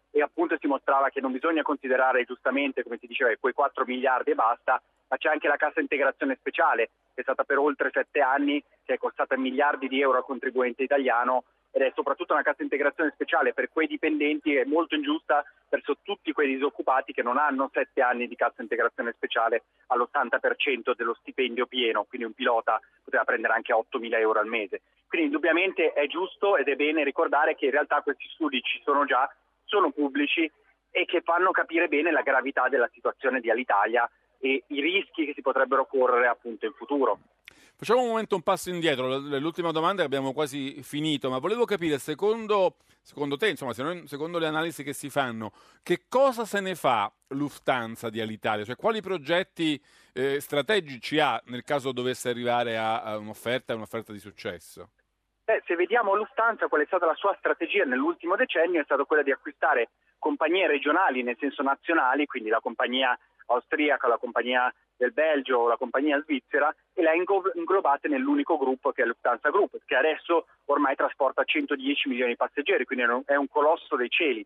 e appunto si mostrava che non bisogna considerare giustamente, come si diceva, quei 4 miliardi e basta, ma c'è anche la cassa integrazione speciale, che è stata per oltre 7 anni, che è costata miliardi di euro al contribuente italiano, ed è soprattutto una cassa integrazione speciale per quei dipendenti, è molto ingiusta verso tutti quei disoccupati che non hanno 7 anni di cassa integrazione speciale all'80% dello stipendio pieno, quindi un pilota poteva prendere anche 8.000 euro al mese. Quindi indubbiamente è giusto ed è bene ricordare che in realtà questi studi ci sono già, sono pubblici e che fanno capire bene la gravità della situazione di Alitalia e i rischi che si potrebbero correre appunto in futuro. Facciamo un momento un passo indietro, l'ultima domanda che abbiamo quasi finito, ma volevo capire secondo te, insomma, secondo le analisi che si fanno, che cosa se ne fa Lufthansa di Alitalia? Cioè quali progetti strategici ha nel caso dovesse arrivare a un'offerta di successo? Se vediamo Lufthansa, qual è stata la sua strategia nell'ultimo decennio, è stata quella di acquistare compagnie regionali, nel senso nazionali, quindi la compagnia austriaca, la compagnia del Belgio o la compagnia svizzera, e le ha inglobate nell'unico gruppo che è Lufthansa Group, che adesso ormai trasporta 110 milioni di passeggeri, quindi è un colosso dei cieli.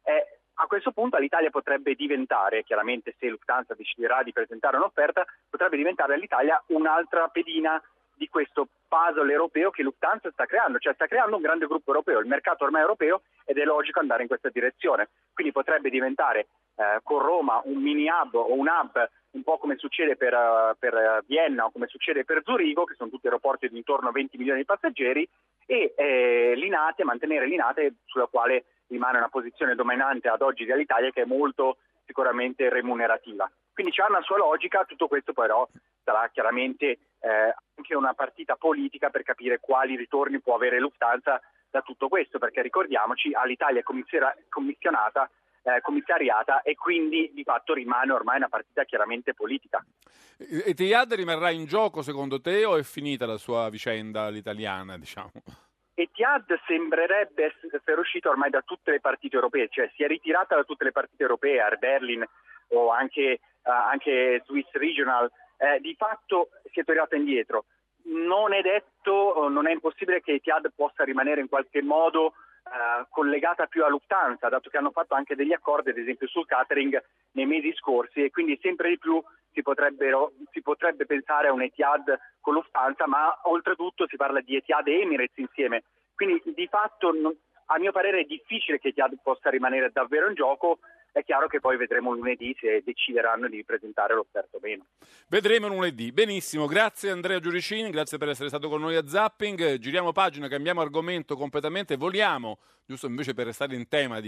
A questo punto l'Italia potrebbe diventare, chiaramente se Lufthansa deciderà di presentare un'offerta, potrebbe diventare l'Italia un'altra pedina di questo puzzle europeo che Lufthansa sta creando, cioè sta creando un grande gruppo europeo, il mercato ormai è europeo ed è logico andare in questa direzione, quindi potrebbe diventare con Roma un mini hub o un hub, un po' come succede per Vienna o come succede per Zurigo, che sono tutti aeroporti di intorno a 20 milioni di passeggeri, e Linate, mantenere Linate, sulla quale rimane una posizione dominante ad oggi dell'Italia, che è molto sicuramente remunerativa. Quindi c'ha una sua logica, tutto questo però sarà chiaramente anche una partita politica per capire quali ritorni può avere Lufthansa da tutto questo, perché ricordiamoci, all'Italia è commissariata e quindi di fatto rimane ormai una partita chiaramente politica. Etihad rimarrà in gioco secondo te o è finita la sua vicenda all'italiana, diciamo? Etihad sembrerebbe essere uscita ormai da tutte le partite europee, cioè si è ritirata da tutte le partite europee, Air Berlin o anche Swiss Regional, di fatto si è tirata indietro. Non è detto, non è impossibile che Etihad possa rimanere in qualche modo collegata più a Lufthansa, dato che hanno fatto anche degli accordi, ad esempio sul catering nei mesi scorsi, e quindi sempre di più si potrebbe pensare a un Etihad con Lufthansa, ma oltretutto si parla di Etihad e Emirates insieme, quindi di fatto a mio parere è difficile che Etihad possa rimanere davvero in gioco. È chiaro che poi vedremo lunedì se decideranno di presentare l'offerta o meno. Vedremo lunedì. Benissimo, grazie Andrea Giuricini, grazie per essere stato con noi a Zapping. Giriamo pagina, cambiamo argomento completamente, voliamo, giusto invece per restare in tema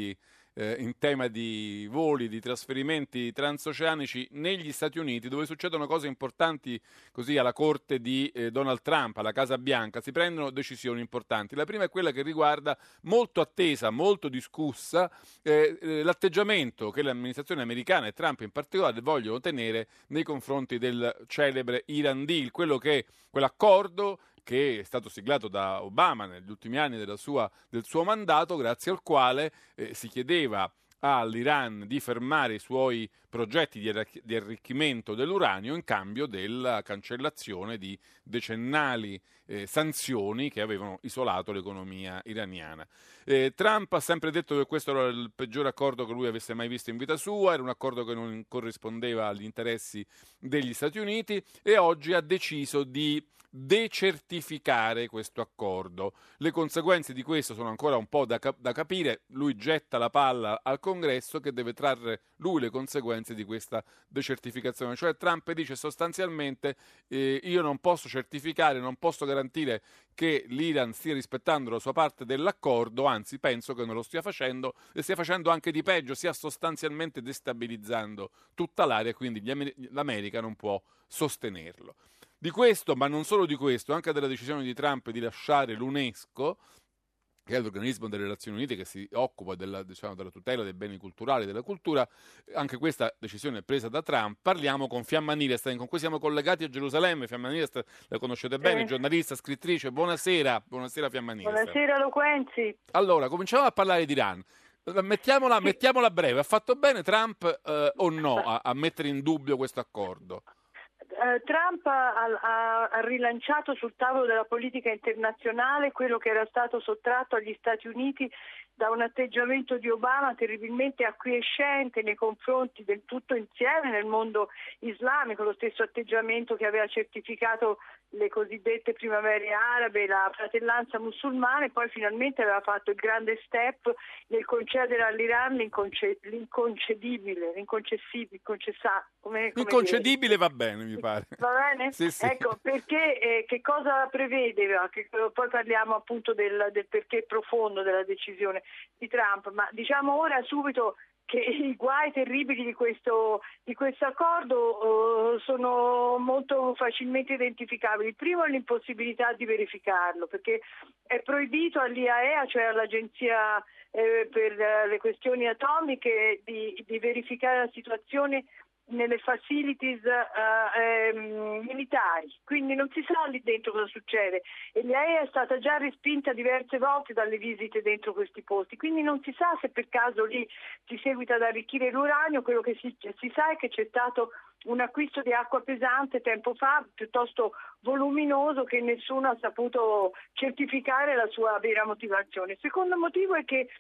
di voli, di trasferimenti transoceanici negli Stati Uniti, dove succedono cose importanti così alla corte di Donald Trump, alla Casa Bianca, si prendono decisioni importanti. La prima è quella che riguarda, molto attesa, molto discussa, l'atteggiamento che l'amministrazione americana e Trump in particolare vogliono tenere nei confronti del celebre Iran Deal, quell'accordo che è stato siglato da Obama negli ultimi anni del suo mandato, grazie al quale si chiedeva all'Iran di fermare i suoi progetti di arricchimento dell'uranio in cambio della cancellazione di decennali sanzioni che avevano isolato l'economia iraniana. Trump ha sempre detto che questo era il peggiore accordo che lui avesse mai visto in vita sua, era un accordo che non corrispondeva agli interessi degli Stati Uniti, e oggi ha deciso di decertificare questo accordo. Le conseguenze di questo sono ancora un po' da capire. Lui getta la palla al Congresso, che deve trarre lui le conseguenze di questa decertificazione. Cioè Trump dice sostanzialmente io non posso certificare, non posso garantire che l'Iran stia rispettando la sua parte dell'accordo, anzi penso che non lo stia facendo e stia facendo anche di peggio, stia sostanzialmente destabilizzando tutta l'area, quindi l'America non può sostenerlo. Di questo, ma non solo di questo, anche della decisione di Trump di lasciare l'UNESCO, che è l'organismo delle Nazioni Unite che si occupa della tutela dei beni culturali e della cultura, anche questa decisione è presa da Trump. Parliamo con Fiamma Nielsen, con cui siamo collegati a Gerusalemme. Fiamma Nielsen, la conoscete bene, giornalista, scrittrice. Buonasera Fiamma Nielsen. Buonasera Loquenzi. Allora, cominciamo a parlare di Iran. Mettiamola breve. Ha fatto bene Trump o no a mettere in dubbio questo accordo? Trump ha rilanciato sul tavolo della politica internazionale quello che era stato sottratto agli Stati Uniti da un atteggiamento di Obama terribilmente acquiescente nei confronti del tutto insieme nel mondo islamico, lo stesso atteggiamento che aveva certificato le cosiddette primavere arabe, la fratellanza musulmana, e poi finalmente aveva fatto il grande step nel concedere all'Iran l'inconcedibile, inconcedibile va bene, mi pare. Va bene? Sì. Ecco, perché che cosa prevedeva? Poi parliamo appunto del perché profondo della decisione di Trump, ma diciamo ora subito che i guai terribili di questo accordo sono molto facilmente identificabili. Il primo è l'impossibilità di verificarlo, perché è proibito all'IAEA, cioè all'Agenzia per le questioni atomiche, di verificare la situazione nelle facilities militari, quindi non si sa lì dentro cosa succede, e l'IAEA è stata già respinta diverse volte dalle visite dentro questi posti, quindi non si sa se per caso lì si seguita ad arricchire l'uranio. Quello che si sa è che c'è stato un acquisto di acqua pesante tempo fa, piuttosto voluminoso, che nessuno ha saputo certificare la sua vera motivazione. Il secondo motivo è che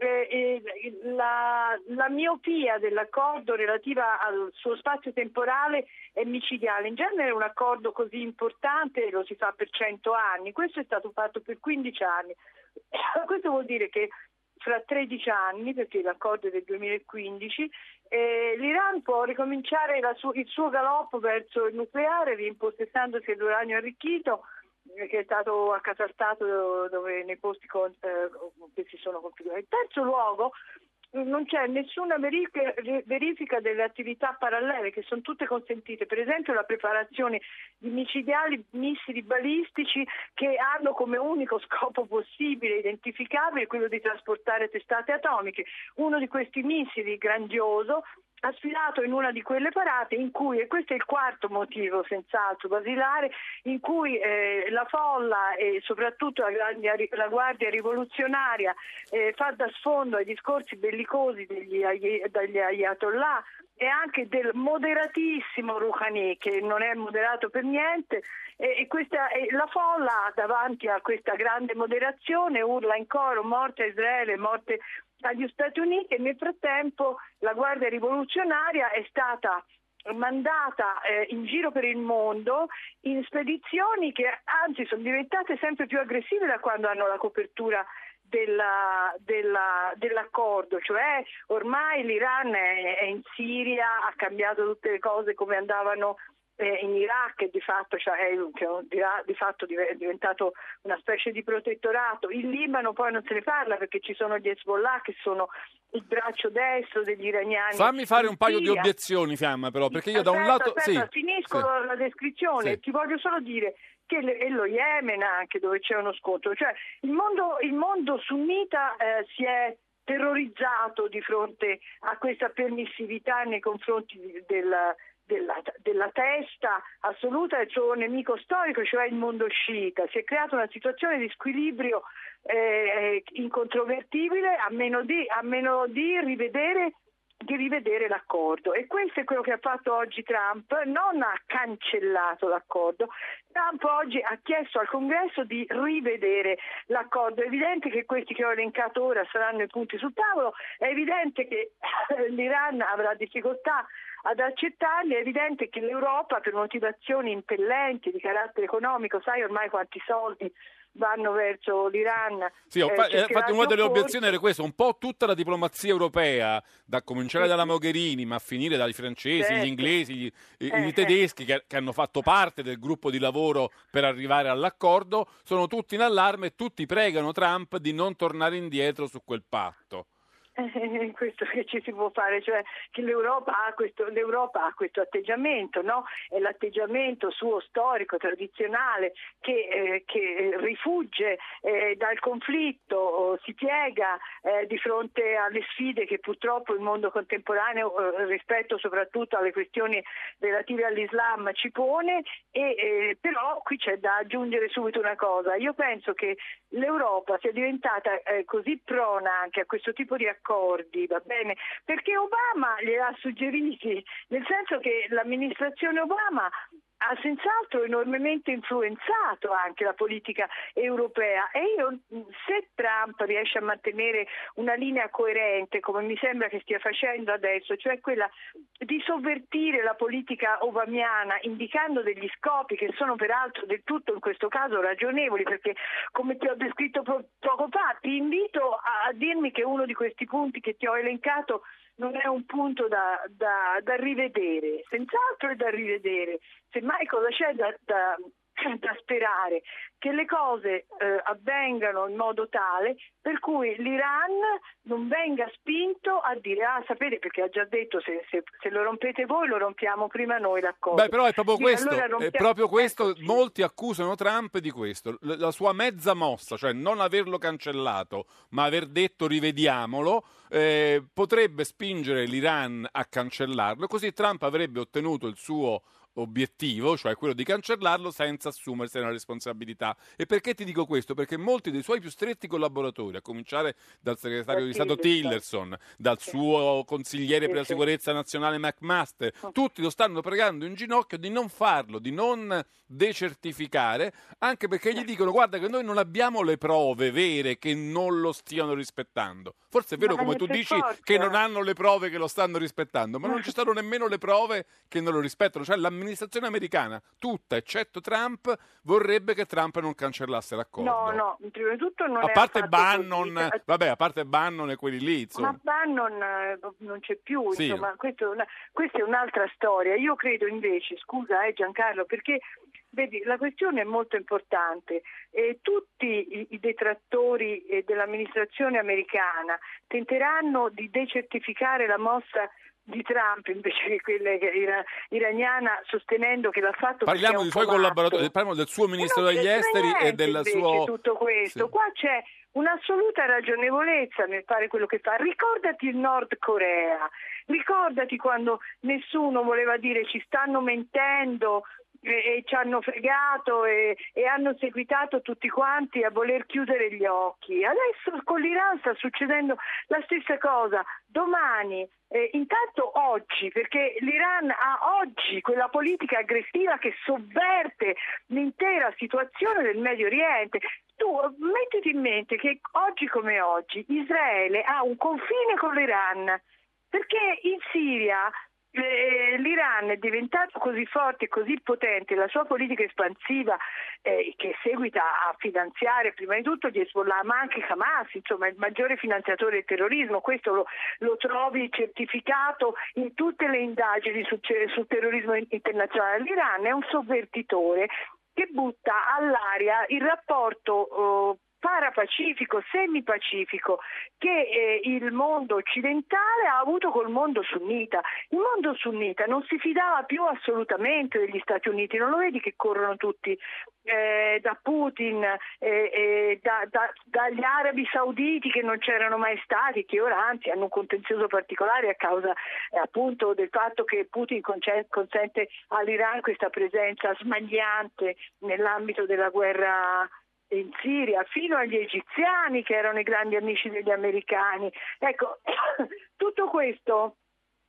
la miopia dell'accordo relativa al suo spazio temporale è micidiale. In genere un accordo così importante lo si fa per 100 anni, questo è stato fatto per 15 anni. Questo vuol dire che fra 13 anni, perché l'accordo è del 2015, l'Iran può ricominciare il suo galoppo verso il nucleare, rimpossessandosi dell'uranio arricchito, che è stato accatassato nei posti che si sono configurati. In terzo luogo, non c'è nessuna verifica delle attività parallele, che sono tutte consentite, per esempio la preparazione di missili balistici che hanno come unico scopo possibile, identificabile, quello di trasportare testate atomiche. Uno di questi missili, grandioso, ha sfilato in una di quelle parate in cui, e questo è il quarto motivo senz'altro basilare, in cui la folla e soprattutto la guardia rivoluzionaria fa da sfondo ai discorsi bellicosi degli ayatollah e anche del moderatissimo Rouhani, che non è moderato per niente, e la folla davanti a questa grande moderazione urla in coro: morte a Israele, morte agli Stati Uniti. E nel frattempo la Guardia Rivoluzionaria è stata mandata in giro per il mondo in spedizioni che anzi sono diventate sempre più aggressive da quando hanno la copertura dell'accordo, cioè ormai l'Iran è in Siria, ha cambiato tutte le cose come andavano in Iraq, e di fatto è diventato una specie di protettorato. In Libano poi non se ne parla, perché ci sono gli Hezbollah, che sono il braccio destro degli iraniani. Fammi fare un paio di obiezioni, Fiamma, però, perché io da un lato... Finisco la descrizione, ti voglio solo dire che è lo Yemen anche, dove c'è uno scontro, cioè il mondo sunnita si è terrorizzato di fronte a questa permissività nei confronti della testa assoluta del suo nemico storico, cioè il mondo sciita. Si è creata una situazione di squilibrio incontrovertibile, a meno di rivedere l'accordo, e questo è quello che ha fatto oggi Trump. Non ha cancellato l'accordo, Trump oggi ha chiesto al Congresso di rivedere l'accordo. È evidente che questi che ho elencato ora saranno i punti sul tavolo, è evidente che l'Iran avrà difficoltà ad accettarli, è evidente che l'Europa, per motivazioni impellenti di carattere economico, sai ormai quanti soldi vanno verso l'Iran. Sì, infatti una delle obiezioni era questo, un po' tutta la diplomazia europea, da cominciare dalla Mogherini, ma a finire dai francesi, gli inglesi, i tedeschi, che hanno fatto parte del gruppo di lavoro per arrivare all'accordo, sono tutti in allarme e tutti pregano Trump di non tornare indietro su quel patto. Questo che ci si può fare, cioè che l'Europa ha questo atteggiamento, no? È l'atteggiamento suo storico, tradizionale, che rifugge dal conflitto, si piega di fronte alle sfide che purtroppo il mondo contemporaneo, rispetto soprattutto alle questioni relative all'Islam, ci pone. Però qui c'è da aggiungere subito una cosa: io penso che l'Europa sia diventata così prona anche a questo tipo di accordi, va bene, perché Obama gliel'ha suggeriti, nel senso che l'amministrazione Obama ha senz'altro enormemente influenzato anche la politica europea, e se Trump riesce a mantenere una linea coerente, come mi sembra che stia facendo adesso, cioè quella di sovvertire la politica obamiana indicando degli scopi che sono peraltro del tutto in questo caso ragionevoli, perché come ti ho descritto poco fa, ti invito a dirmi che uno di questi punti che ti ho elencato non è un punto da rivedere, senz'altro è da rivedere. Semmai cosa c'è da sperare? Che le cose avvengano in modo tale per cui l'Iran non venga spinto a dire sapete, perché ha già detto se lo rompete voi lo rompiamo prima noi l'accordo. Beh, però è proprio questo, allora è proprio questo, molti accusano Trump di questo, la sua mezza mossa, cioè non averlo cancellato ma aver detto rivediamolo, potrebbe spingere l'Iran a cancellarlo, così Trump avrebbe ottenuto il suo obiettivo, cioè quello di cancellarlo senza assumersene la responsabilità. E perché ti dico questo? Perché molti dei suoi più stretti collaboratori, a cominciare dal segretario di Stato Tillerson, dal suo consigliere per la sicurezza nazionale McMaster, tutti lo stanno pregando in ginocchio di non farlo, di non decertificare, anche perché gli dicono guarda che noi non abbiamo le prove vere che non lo stiano rispettando. Forse è vero, come tu dici, che non hanno le prove che lo stanno rispettando, ma non ci stanno nemmeno le prove che non lo rispettano. Cioè l'amministrazione americana, tutta eccetto Trump, vorrebbe che Trump non cancellasse l'accordo. No, prima di tutto non a è parte Bannon, vabbè, a parte Bannon e quelli lì, insomma. Ma Bannon non c'è più, sì. Insomma, questa è un'altra storia. Io credo invece, scusa Giancarlo, perché vedi, la questione è molto importante. Tutti i detrattori dell'amministrazione americana tenteranno di decertificare la mossa di Trump invece che quella iraniana, sostenendo che l'ha fatto. Parliamo dei suoi collaboratori, parliamo del suo ministro degli esteri e del suo. Tutto questo, sì. Qua c'è un'assoluta ragionevolezza nel fare quello che fa. Ricordati il Nord Corea, ricordati quando nessuno voleva dire ci stanno mentendo e ci hanno fregato e hanno seguitato tutti quanti a voler chiudere gli occhi. Adesso con l'Iran sta succedendo la stessa cosa. Domani, intanto oggi, perché l'Iran ha oggi quella politica aggressiva che sovverte l'intera situazione del Medio Oriente. Tu mettiti in mente che oggi come oggi Israele ha un confine con l'Iran, perché in Siria l'Iran è diventato così forte e così potente, la sua politica espansiva che seguita a finanziare prima di tutto gli Hezbollah, ma anche Hamas, insomma il maggiore finanziatore del terrorismo. Questo lo trovi certificato in tutte le indagini sul terrorismo internazionale. L'Iran è un sovvertitore che butta all'aria il rapporto parapacifico, semipacifico che il mondo occidentale ha avuto col mondo sunnita. Il mondo sunnita non si fidava più assolutamente degli Stati Uniti, non lo vedi che corrono tutti da Putin, dagli arabi sauditi che non c'erano mai stati, che ora anzi hanno un contenzioso particolare a causa appunto del fatto che Putin consente all'Iran questa presenza smagliante nell'ambito della guerra in Siria, fino agli egiziani che erano i grandi amici degli americani. Ecco, tutto questo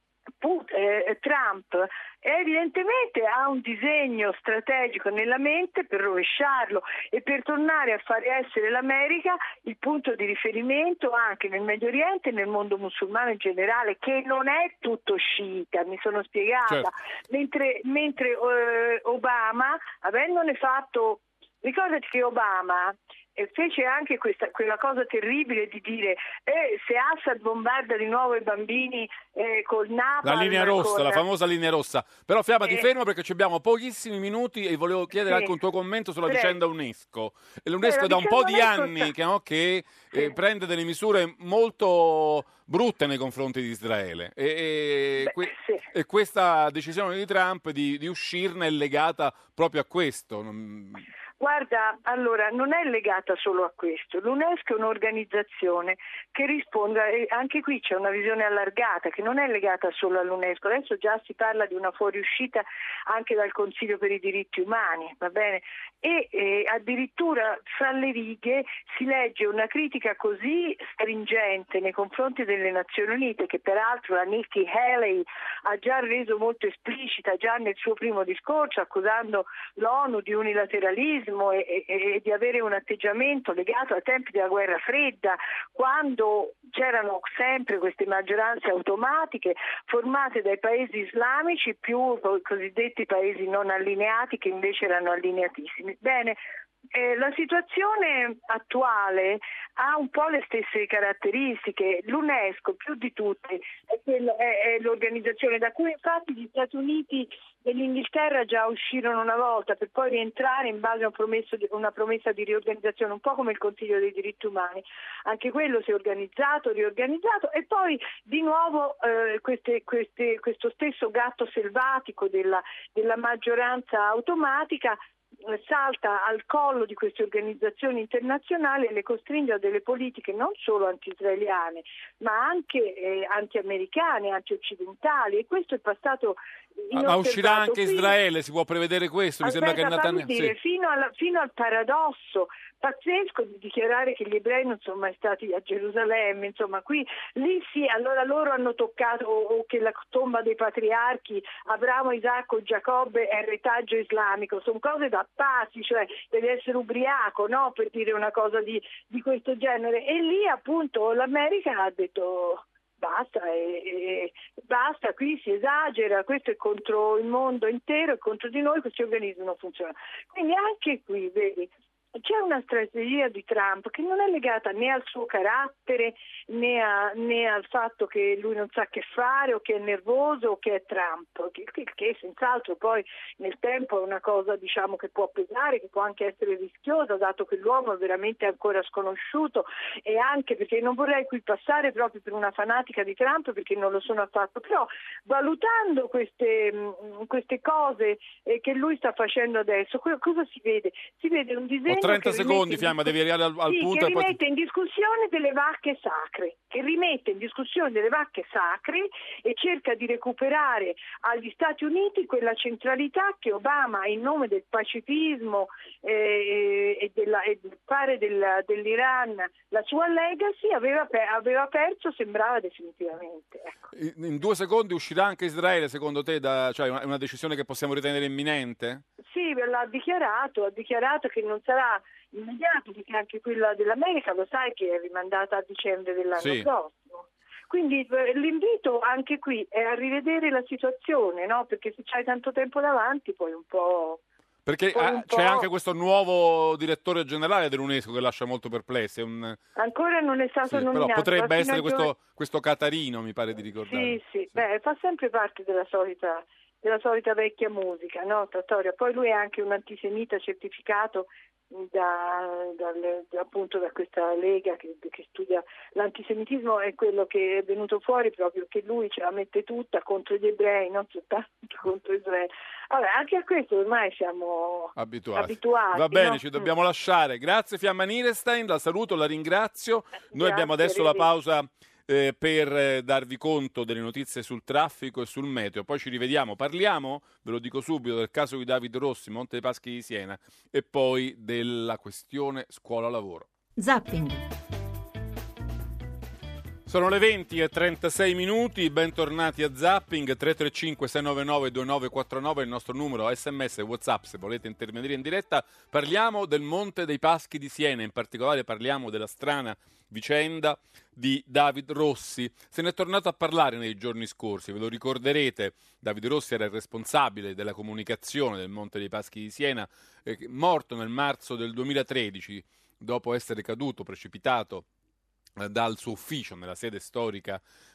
Trump evidentemente ha un disegno strategico nella mente per rovesciarlo e per tornare a fare essere l'America il punto di riferimento anche nel Medio Oriente e nel mondo musulmano in generale, che non è tutto sciita, mi sono spiegata. Certo. Mentre Obama, avendone fatto, ricordati che Obama fece anche quella cosa terribile di dire se Assad bombarda di nuovo i bambini col napalm, la linea rossa, la famosa linea rossa. Però Fiamma, ti fermo perché abbiamo pochissimi minuti e volevo chiedere anche un tuo commento sulla vicenda UNESCO. E l'UNESCO da un po' di anni che prende delle misure molto brutte nei confronti di Israele e questa decisione di Trump di uscirne è legata proprio a questo. Guarda, allora, non è legata solo a questo. L'UNESCO è un'organizzazione che risponde, e anche qui c'è una visione allargata, che non è legata solo all'UNESCO. Adesso già si parla di una fuoriuscita anche dal Consiglio per i diritti umani, va bene? E addirittura fra le righe si legge una critica così stringente nei confronti delle Nazioni Unite, che peraltro la Nikki Haley ha già reso molto esplicita già nel suo primo discorso, accusando l'ONU di unilateralismo e di avere un atteggiamento legato ai tempi della guerra fredda, quando c'erano sempre queste maggioranze automatiche formate dai paesi islamici più cosiddetti paesi non allineati, che invece erano allineatissimi. Bene, la situazione attuale ha un po' le stesse caratteristiche. L'UNESCO, più di tutte, è l'organizzazione da cui infatti gli Stati Uniti e l'Inghilterra già uscirono una volta per poi rientrare in base a una promessa di riorganizzazione, un po' come il Consiglio dei diritti umani. Anche quello si è organizzato, riorganizzato, e poi di nuovo questo stesso gatto selvatico della maggioranza automatica salta al collo di queste organizzazioni internazionali e le costringe a delle politiche non solo anti-israeliane ma anche anti-americane, anti-occidentali, e questo è passato ma uscirà anche Israele, si può prevedere questo? Mi sembra che fino al paradosso pazzesco di dichiarare che gli ebrei non sono mai stati a Gerusalemme, insomma lì sì, allora loro hanno toccato, o che la tomba dei patriarchi Abramo, Isacco, Giacobbe è il retaggio islamico, sono cose da pazzi, cioè devi essere ubriaco, no, per dire una cosa di questo genere, e lì appunto l'America ha detto basta, basta, qui si esagera, questo è contro il mondo intero, è contro di noi, questi organismi non funzionano. Quindi anche qui, vedi, c'è una strategia di Trump che non è legata né al suo carattere né al fatto che lui non sa che fare o che è nervoso o che è Trump, che senz'altro poi nel tempo è una cosa, diciamo, che può pesare, che può anche essere rischiosa, dato che l'uomo è veramente ancora sconosciuto, e anche perché non vorrei qui passare proprio per una fanatica di Trump, perché non lo sono affatto, però valutando queste cose che lui sta facendo adesso, cosa si vede? Si vede un disegno 30 secondi, Fiamma, devi arrivare al punto. Che rimette in discussione delle vacche sacre, e cerca di recuperare agli Stati Uniti quella centralità che Obama, in nome del pacifismo e fare dell'Iran la sua legacy, aveva perso, sembrava definitivamente. Ecco. In 2 secondi uscirà anche Israele, secondo te? Cioè è una decisione che possiamo ritenere imminente? Sì, l'ha dichiarato che non sarà immediato, perché anche quella dell'America lo sai che è rimandata a dicembre dell'anno prossimo. Quindi l'invito anche qui è a rivedere la situazione, no? Perché se c'hai tanto tempo davanti poi un po'... Perché c'è anche questo nuovo direttore generale dell'UNESCO che lascia molto perplessi. Ancora non è stato nominato. Però potrebbe essere questo Catarino, mi pare di ricordare. Sì. Beh, fa sempre parte della solita vecchia musica, no? Trattoria. Poi lui è anche un antisemita certificato appunto da questa lega che studia l'antisemitismo, è quello che è venuto fuori proprio, che lui ce la mette tutta contro gli ebrei, non soltanto contro Israele. Allora, anche a questo ormai siamo abituati. Va bene, no? Ci dobbiamo lasciare. Grazie Fiamma Nierestein, la saluto, la ringrazio. Noi abbiamo adesso la pausa per darvi conto delle notizie sul traffico e sul meteo, poi ci rivediamo, parliamo, ve lo dico subito, del caso di David Rossi, Monte dei Paschi di Siena, e poi della questione scuola-lavoro. Zapping. Sono le 20:36, bentornati a Zapping. 335-699-2949 il nostro numero SMS e WhatsApp se volete intervenire in diretta. Parliamo del Monte dei Paschi di Siena, in particolare parliamo della strana vicenda di David Rossi. Se ne è tornato a parlare nei giorni scorsi, ve lo ricorderete. David Rossi era il responsabile della comunicazione del Monte dei Paschi di Siena, morto nel marzo del 2013 dopo essere caduto, precipitato dal suo ufficio nella sede storica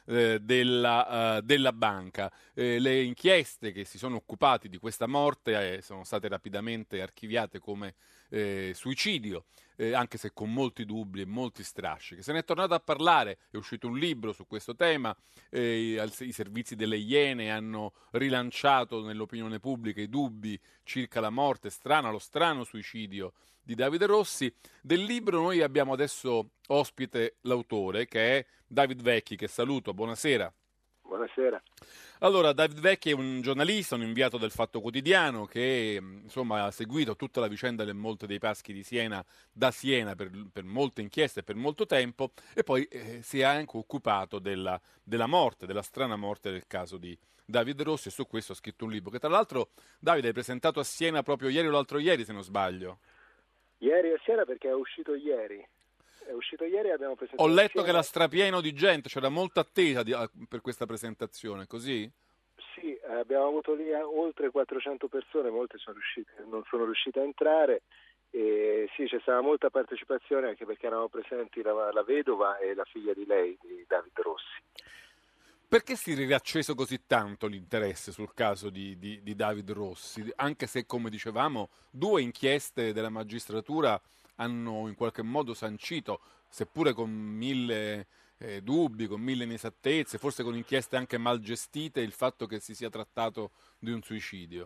della banca. Le inchieste che si sono occupate di questa morte sono state rapidamente archiviate come suicidio, anche se con molti dubbi e molti strascichi. Se ne è tornato a parlare, è uscito un libro su questo tema, i servizi delle Iene hanno rilanciato nell'opinione pubblica i dubbi circa la morte lo strano suicidio di Davide Rossi. Del libro noi abbiamo adesso ospite l'autore, che è David Vecchi, che saluto. Buonasera. Buonasera. Allora, David Vecchi è un giornalista, un inviato del Fatto Quotidiano che insomma ha seguito tutta la vicenda del Monte dei Paschi di Siena da Siena per molte inchieste e per molto tempo, e poi si è anche occupato della morte, della strana morte del caso di David Rossi, e su questo ha scritto un libro che tra l'altro, Davide, hai presentato a Siena proprio ieri o l'altro ieri, se non sbaglio. Ieri a Siena, perché è uscito ieri. Abbiamo presentato. Ho letto che era strapieno di gente, c'era molta attesa per questa presentazione, così? Sì, abbiamo avuto lì oltre 400 persone, molte non sono riuscite a entrare, e sì, c'è stata molta partecipazione, anche perché erano presenti la vedova e la figlia di lei, di David Rossi. Perché si è riacceso così tanto l'interesse sul caso di David Rossi, anche se, come dicevamo, 2 inchieste della magistratura hanno in qualche modo sancito, seppure con 1000 dubbi, con 1000 inesattezze, forse con inchieste anche mal gestite, il fatto che si sia trattato di un suicidio?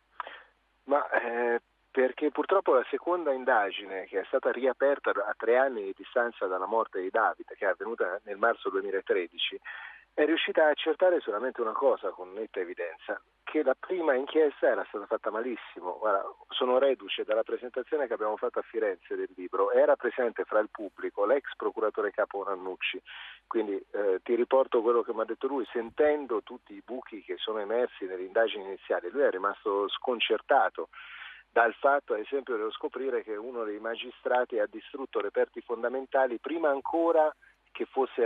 Ma perché purtroppo la seconda indagine, che è stata riaperta a 3 anni di distanza dalla morte di David, che è avvenuta nel marzo 2013, è riuscita a accertare solamente una cosa con netta evidenza, che la prima inchiesta era stata fatta malissimo. Guarda, sono reduce dalla presentazione che abbiamo fatto a Firenze del libro. Era presente fra il pubblico l'ex procuratore capo Nannucci, quindi ti riporto quello che mi ha detto lui. Sentendo tutti i buchi che sono emersi nelle indagini iniziali, lui è rimasto sconcertato dal fatto, ad esempio, dello scoprire che uno dei magistrati ha distrutto reperti fondamentali prima ancora che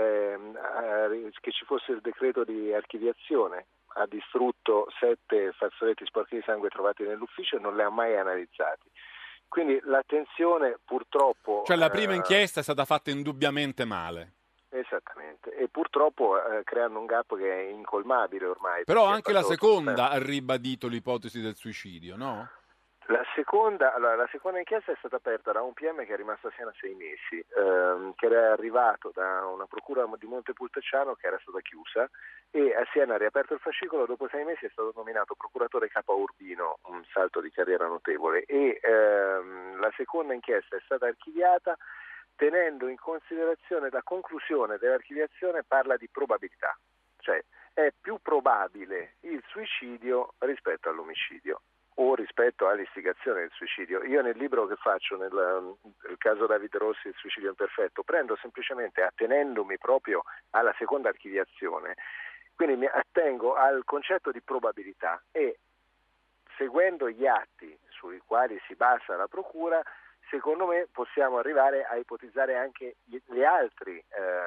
ci fosse il decreto di archiviazione. Ha distrutto 7 fazzoletti sporchi di sangue trovati nell'ufficio e non li ha mai analizzati. Quindi l'attenzione, purtroppo... Cioè la prima inchiesta è stata fatta indubbiamente male. Esattamente, e purtroppo creando un gap che è incolmabile ormai. Però anche la seconda ha ribadito l'ipotesi del suicidio, no? La seconda inchiesta è stata aperta da un PM che è rimasto a Siena 6 mesi, che era arrivato da una procura di Montepulciano che era stata chiusa, e a Siena ha riaperto il fascicolo. Dopo 6 mesi è stato nominato procuratore capo a Urbino, un salto di carriera notevole, e la seconda inchiesta è stata archiviata tenendo in considerazione la conclusione dell'archiviazione, parla di probabilità, cioè è più probabile il suicidio rispetto all'omicidio o rispetto all'istigazione del suicidio. Io nel libro che faccio, nel caso David Rossi, il suicidio imperfetto, prendo semplicemente, attenendomi proprio alla seconda archiviazione, quindi mi attengo al concetto di probabilità e, seguendo gli atti sui quali si basa la procura, secondo me possiamo arrivare a ipotizzare anche gli altri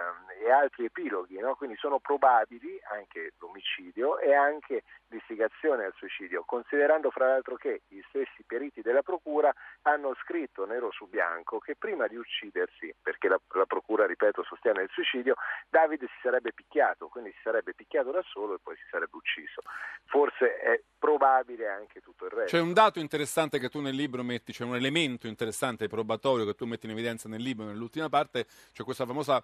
epiloghi, no? Quindi sono probabili anche l'omicidio e anche l'istigazione al suicidio, considerando fra l'altro che gli stessi periti della procura hanno scritto nero su bianco che prima di uccidersi, perché la procura, ripeto, sostiene il suicidio, David si sarebbe picchiato, quindi si sarebbe picchiato da solo e poi si sarebbe ucciso. Forse è probabile anche tutto il resto. C'è un dato interessante che tu nel libro metti, c'è un elemento interessante probatorio che tu metti in evidenza nel libro, nell'ultima parte, c'è questa famosa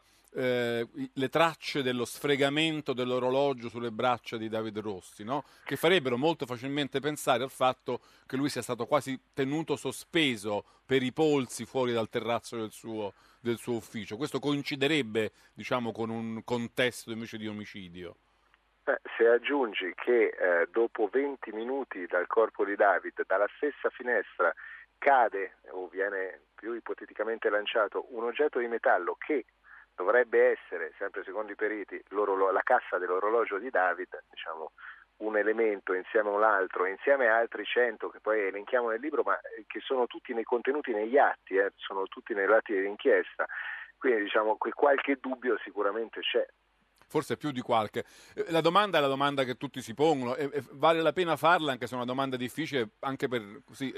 le tracce dello sfregamento dell'orologio sulle braccia di David Rossi, no? Che farebbero molto facilmente pensare al fatto che lui sia stato quasi tenuto sospeso per i polsi fuori dal terrazzo del suo ufficio. Questo coinciderebbe, diciamo, con un contesto invece di omicidio. Se aggiungi che dopo 20 minuti dal corpo di David, dalla stessa finestra, cade o viene più ipoteticamente lanciato un oggetto di metallo che dovrebbe essere, sempre secondo i periti, la cassa dell'orologio di David, diciamo, un elemento insieme a un altro, insieme a altri 100 che poi elenchiamo nel libro, ma che sono tutti contenuti negli atti, sono tutti negli atti dell'inchiesta. Quindi diciamo che qualche dubbio sicuramente c'è. Forse più di qualche. La domanda è la domanda che tutti si pongono e vale la pena farla, anche se è una domanda difficile, anche per così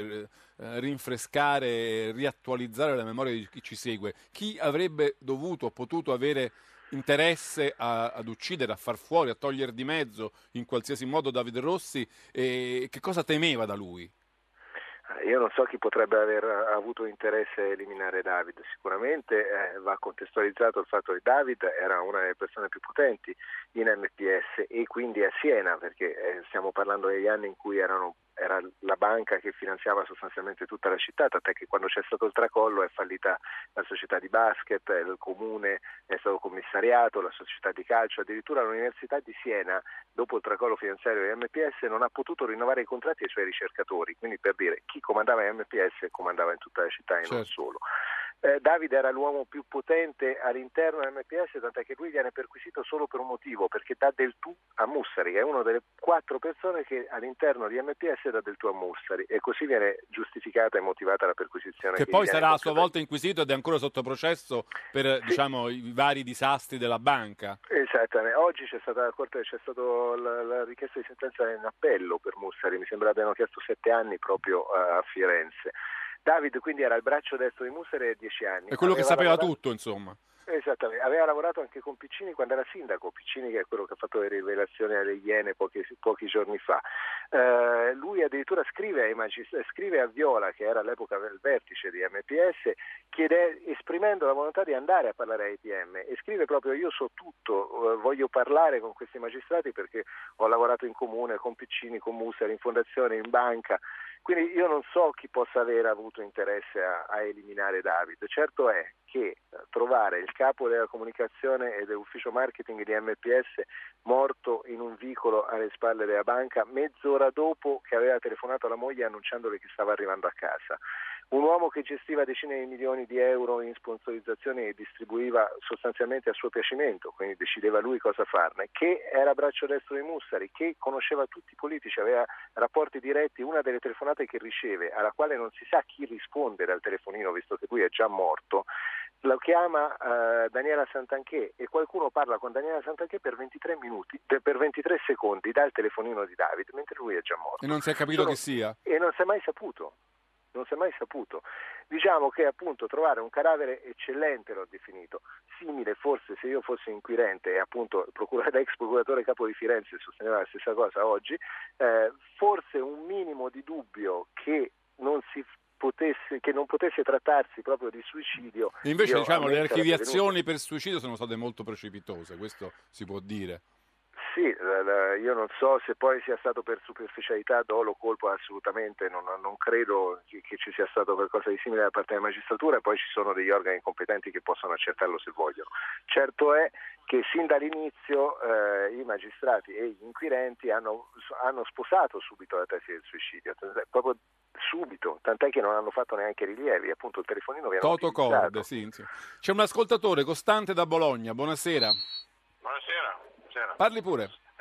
rinfrescare e riattualizzare la memoria di chi ci segue. Chi avrebbe dovuto o potuto avere interesse ad uccidere, a far fuori, a togliere di mezzo in qualsiasi modo David Rossi, e che cosa temeva da lui? Io non so chi potrebbe aver avuto interesse a eliminare David. Sicuramente va contestualizzato il fatto che David era una delle persone più potenti in MPS e quindi a Siena, perché stiamo parlando degli anni in cui era la banca che finanziava sostanzialmente tutta la città, tant'è che quando c'è stato il tracollo è fallita la società di basket, il comune è stato commissariato, la società di calcio, addirittura l'Università di Siena dopo il tracollo finanziario di MPS non ha potuto rinnovare i contratti ai suoi ricercatori, quindi per dire chi comandava in MPS comandava in tutta la città e non solo. David era l'uomo più potente all'interno di MPS, tant'è che lui viene perquisito solo per un motivo, perché dà del tu a Mussari, è una delle 4 persone che all'interno di MPS dà del tu a Mussari, e così viene giustificata e motivata la perquisizione. Che poi sarà a sua volta inquisito ed è ancora sotto processo per i vari disastri della banca. Esattamente, oggi c'è stata la richiesta di sentenza in appello per Mussari, mi sembra abbiano chiesto 7 anni proprio a Firenze. David quindi era il braccio destro di Mussari a 10 anni. È quello che sapeva tutto, insomma. Esattamente, aveva lavorato anche con Piccini quando era sindaco, Piccini che è quello che ha fatto le rivelazioni alle Iene pochi giorni fa. Lui addirittura scrive a Viola, che era all'epoca il vertice di MPS, esprimendo la volontà di andare a parlare ai PM, e scrive proprio: io so tutto, voglio parlare con questi magistrati perché ho lavorato in comune, con Piccini, con Mussari, in fondazione, in banca. Quindi io non so chi possa aver avuto interesse a eliminare David. Certo è che trovare il capo della comunicazione e dell'ufficio marketing di MPS morto in un vicolo alle spalle della banca mezz'ora dopo che aveva telefonato alla moglie annunciandole che stava arrivando a casa. Un uomo che gestiva decine di milioni di euro in sponsorizzazioni e distribuiva sostanzialmente a suo piacimento, quindi decideva lui cosa farne, che era braccio destro di Mussari, che conosceva tutti i politici, aveva rapporti diretti. Una delle telefonate che riceve, alla quale non si sa chi risponde dal telefonino visto che lui è già morto, lo chiama Daniela Santanchè, e qualcuno parla con Daniela Santanchè per 23 secondi dal telefonino di David mentre lui è già morto. E non si è capito chi sia. E non si è mai saputo. Diciamo che appunto trovare un cadavere eccellente, l'ho definito, simile forse, se io fossi inquirente, e appunto l'ex procuratore capo di Firenze sosteneva la stessa cosa oggi, forse un minimo di dubbio che non potesse trattarsi proprio di suicidio. Invece le archiviazioni per suicidio sono state molto precipitose, questo si può dire. Sì, io non so se poi sia stato per superficialità, dolo, colpo, assolutamente non credo che ci sia stato qualcosa di simile da parte della magistratura, e poi ci sono degli organi competenti che possono accertarlo se vogliono. Certo è che sin dall'inizio i magistrati e gli inquirenti hanno sposato subito la tesi del suicidio, proprio subito, tant'è che non hanno fatto neanche rilievi, appunto il telefonino viene utilizzato. Sì. C'è un ascoltatore, Costante da Bologna, buonasera. Buonasera. Parli pure.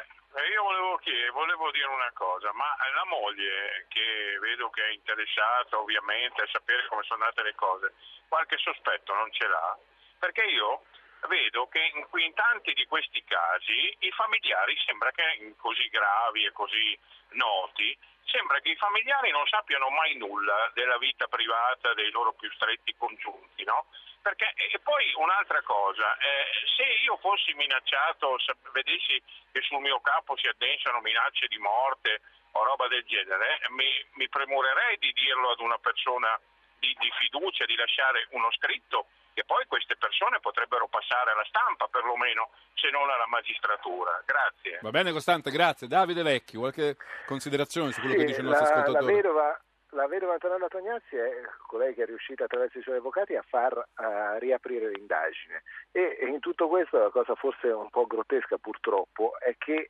Io volevo dire una cosa, ma la moglie, che vedo che è interessata ovviamente a sapere come sono andate le cose, qualche sospetto non ce l'ha? Perché io vedo che in tanti di questi casi i familiari, sembra che così gravi e così noti, sembra che i familiari non sappiano mai nulla della vita privata dei loro più stretti congiunti, no? Perché, e poi un'altra cosa, se io fossi minacciato, vedessi che sul mio capo si addensano minacce di morte o roba del genere, mi premurerei di dirlo ad una persona di fiducia, di lasciare uno scritto che poi queste persone potrebbero passare alla stampa perlomeno, se non alla magistratura. Grazie. Va bene Costante, grazie. Davide Vecchi, qualche considerazione su quello che dice il nostro ascoltatore? La vedova Antonella Tognazzi è colei che è riuscita attraverso i suoi avvocati a far riaprire l'indagine, e in tutto questo la cosa forse un po' grottesca purtroppo è che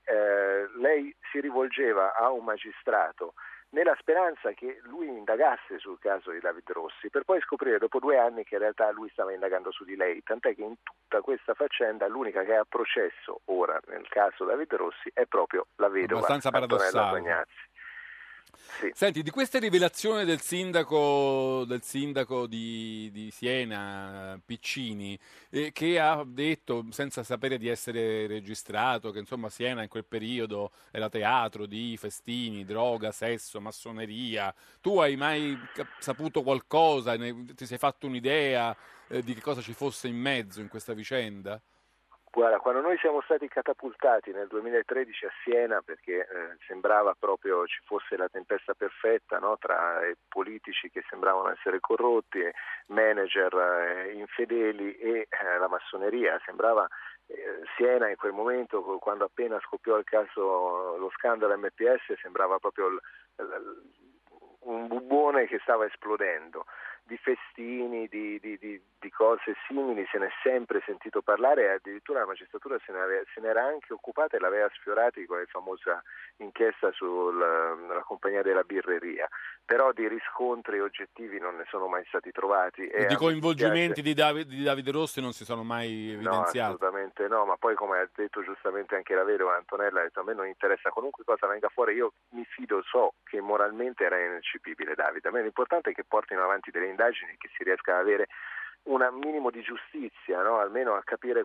lei si rivolgeva a un magistrato nella speranza che lui indagasse sul caso di David Rossi, per poi scoprire dopo 2 anni che in realtà lui stava indagando su di lei, tant'è che in tutta questa faccenda l'unica che ha processo ora nel caso David Rossi è proprio la vedova Antonella Tognazzi. Sì. Senti, di queste rivelazioni del sindaco di Siena, Piccini, che ha detto, senza sapere di essere registrato, che insomma Siena in quel periodo era teatro di festini, droga, sesso, massoneria, tu hai mai saputo qualcosa, ti sei fatto un'idea di che cosa ci fosse in mezzo in questa vicenda? Guarda, quando noi siamo stati catapultati nel 2013 a Siena, perché sembrava proprio ci fosse la tempesta perfetta, no? Tra politici che sembravano essere corrotti, manager infedeli e la massoneria, sembrava Siena in quel momento, quando appena scoppiò il caso, lo scandalo MPS, sembrava proprio un bubbone che stava esplodendo. Di festini, di cose simili se ne è sempre sentito parlare, e addirittura la magistratura se ne era anche occupata e l'aveva sfiorati con la famosa inchiesta sulla compagnia della birreria, però di riscontri oggettivi non ne sono mai stati trovati. E di coinvolgimenti di Davide Rossi non si sono mai evidenziati? No, assolutamente no, ma poi, come ha detto giustamente anche la vedova Antonella, ha detto: a me non interessa qualunque cosa venga fuori, io mi fido, so che moralmente era ineccepibile Davide, a me l'importante è che portino avanti delle indagini, che si riesca ad avere un minimo di giustizia, no? Almeno a capire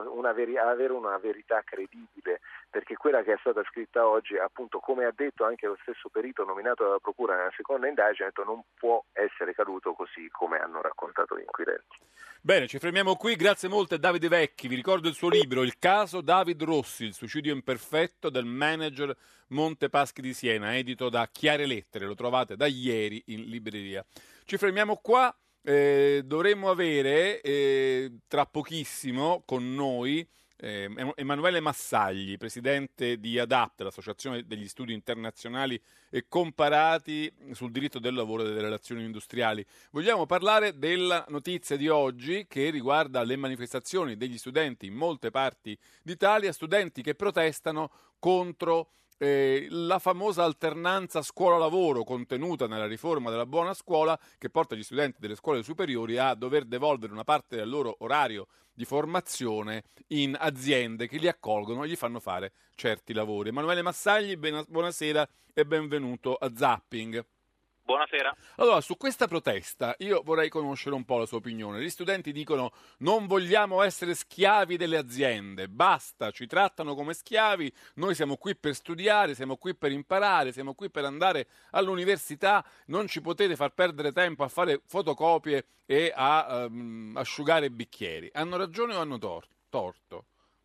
avere una verità credibile, perché quella che è stata scritta oggi, appunto, come ha detto anche lo stesso perito nominato dalla procura nella seconda indagine, ha detto non può essere caduto così come hanno raccontato gli inquirenti. Bene, ci fermiamo qui, grazie molte a Davide Vecchi. Vi ricordo il suo libro, Il caso David Rossi, il suicidio imperfetto del manager Montepaschi di Siena, edito da Chiare Lettere, lo trovate da ieri in libreria. Ci fermiamo qua, dovremmo avere tra pochissimo con noi Emanuele Massagli, presidente di ADAPT, l'Associazione degli Studi Internazionali e Comparati sul diritto del lavoro e delle relazioni industriali. Vogliamo parlare della notizia di oggi che riguarda le manifestazioni degli studenti in molte parti d'Italia, studenti che protestano contro la famosa alternanza scuola-lavoro contenuta nella riforma della buona scuola, che porta gli studenti delle scuole superiori a dover devolvere una parte del loro orario di formazione in aziende che li accolgono e gli fanno fare certi lavori. Emanuele Massagli, buonasera e benvenuto a Zapping. Buonasera. Allora, su questa protesta io vorrei conoscere un po' la sua opinione. Gli studenti dicono: non vogliamo essere schiavi delle aziende, basta, ci trattano come schiavi, noi siamo qui per studiare, siamo qui per imparare, siamo qui per andare all'università, non ci potete far perdere tempo a fare fotocopie e a asciugare bicchieri. Hanno ragione o hanno torto?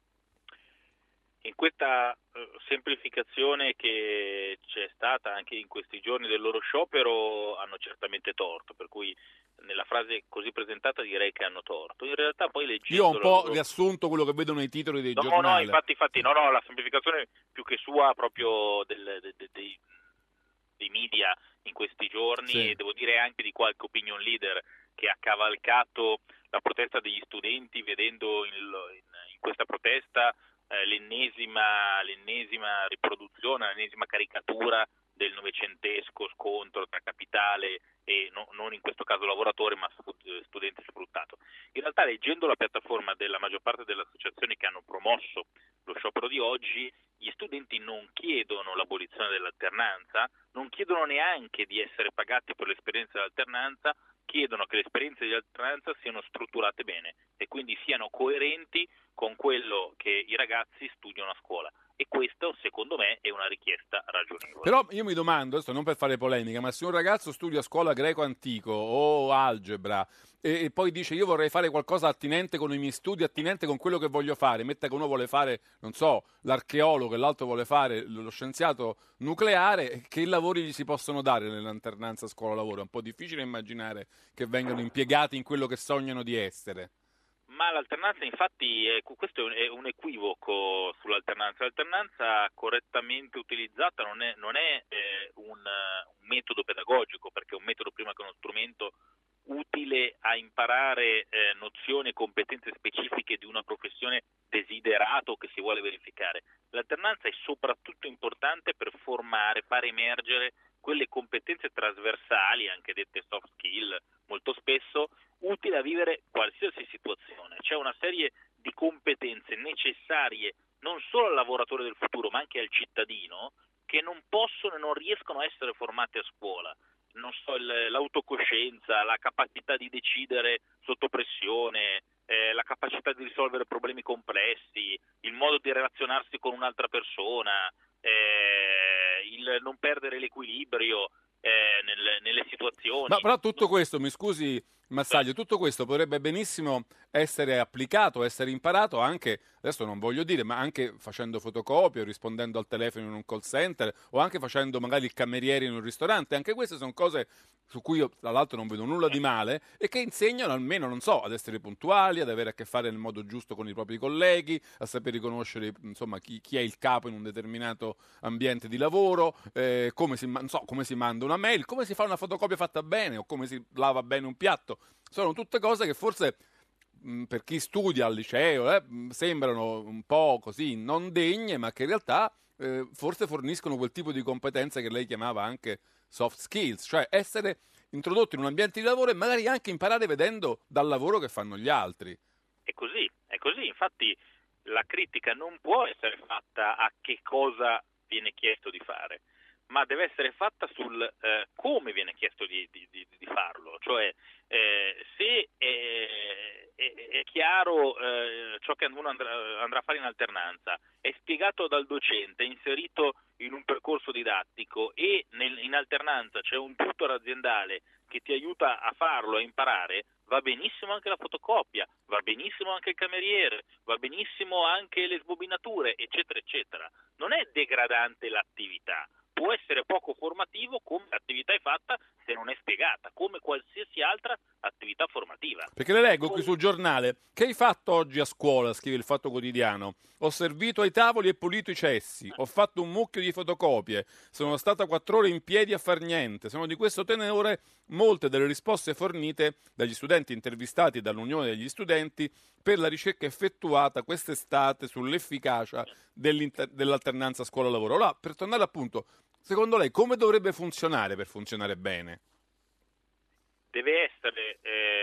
In questa semplificazione che c'è stata anche in questi giorni del loro sciopero hanno certamente torto, per cui nella frase così presentata direi che hanno torto. In realtà poi leggendo... Io ho un po' riassunto quello che vedo nei titoli dei giornali. No, infatti, la semplificazione più che sua proprio dei media in questi giorni, sì. E devo dire anche di qualche opinion leader che ha cavalcato la protesta degli studenti, vedendo in questa protesta l'ennesima riproduzione, l'ennesima caricatura del novecentesco scontro tra capitale e non in questo caso lavoratore, ma studente sfruttato. In realtà, leggendo la piattaforma della maggior parte delle associazioni che hanno promosso lo sciopero di oggi, gli studenti non chiedono l'abolizione dell'alternanza, non chiedono neanche di essere pagati per l'esperienza dell'alternanza, chiedono che le esperienze di alternanza siano strutturate bene e quindi siano coerenti con quello che i ragazzi studiano a scuola. E questo, secondo me, è una richiesta ragionevole. Però io mi domando, adesso non per fare polemica, ma se un ragazzo studia a scuola greco antico o algebra e poi dice io vorrei fare qualcosa attinente con i miei studi, attinente con quello che voglio fare, metta che uno vuole fare, non so, l'archeologo e l'altro vuole fare lo scienziato nucleare, che lavori gli si possono dare nell'alternanza scuola-lavoro? È un po' difficile immaginare che vengano impiegati in quello che sognano di essere. Ma l'alternanza, infatti, questo è un equivoco sull'alternanza. L'alternanza correttamente utilizzata non è un metodo pedagogico, perché è un metodo prima che uno strumento utile a imparare nozioni e competenze specifiche di una professione desiderata o che si vuole verificare. L'alternanza è soprattutto importante per formare, far emergere quelle competenze trasversali, anche dette soft skill, molto spesso utili a vivere qualsiasi situazione. C'è una serie di competenze necessarie non solo al lavoratore del futuro, ma anche al cittadino, che non possono e non riescono a essere formate a scuola. Non so, l'autocoscienza, la capacità di decidere sotto pressione, la capacità di risolvere problemi complessi, il modo di relazionarsi con un'altra persona, il non perdere l'equilibrio nelle situazioni. Ma però tutto questo, mi scusi Massaglio, tutto questo potrebbe benissimo essere applicato, essere imparato anche, adesso non voglio dire, ma anche facendo fotocopie, o rispondendo al telefono in un call center, o anche facendo magari il cameriere in un ristorante. Anche queste sono cose su cui io, tra l'altro, non vedo nulla di male e che insegnano almeno, non so, ad essere puntuali, ad avere a che fare nel modo giusto con i propri colleghi, a saper riconoscere, insomma, chi è il capo in un determinato ambiente di lavoro, come si manda una mail, come si fa una fotocopia fatta bene o come si lava bene un piatto. Sono tutte cose che forse per chi studia al liceo sembrano un po' così non degne, ma che in realtà forse forniscono quel tipo di competenze che lei chiamava anche soft skills, cioè essere introdotti in un ambiente di lavoro e magari anche imparare vedendo dal lavoro che fanno gli altri. È così, infatti la critica non può essere fatta a che cosa viene chiesto di fare, ma deve essere fatta sul come viene chiesto di farlo, cioè se è chiaro ciò che uno andrà a fare in alternanza, è spiegato dal docente, è inserito in un percorso didattico e in alternanza c'è un tutor aziendale che ti aiuta a farlo, a imparare, va benissimo anche la fotocopia, va benissimo anche il cameriere, va benissimo anche le sbobinature, eccetera, eccetera. Non è degradante l'attività. Può essere poco formativo come l'attività è fatta se non è spiegata, come qualsiasi altra attività formativa. Perché le leggo qui sul giornale: che hai fatto oggi a scuola, scrive il Fatto Quotidiano. Ho servito ai tavoli e pulito i cessi, ho fatto un mucchio di fotocopie, sono stata 4 ore in piedi a far niente. Sono di questo tenore molte delle risposte fornite dagli studenti intervistati dall'Unione degli Studenti per la ricerca effettuata quest'estate sull'efficacia dell'alternanza scuola-lavoro. Allora, per tornare appunto, secondo lei come dovrebbe funzionare per funzionare bene? Deve essere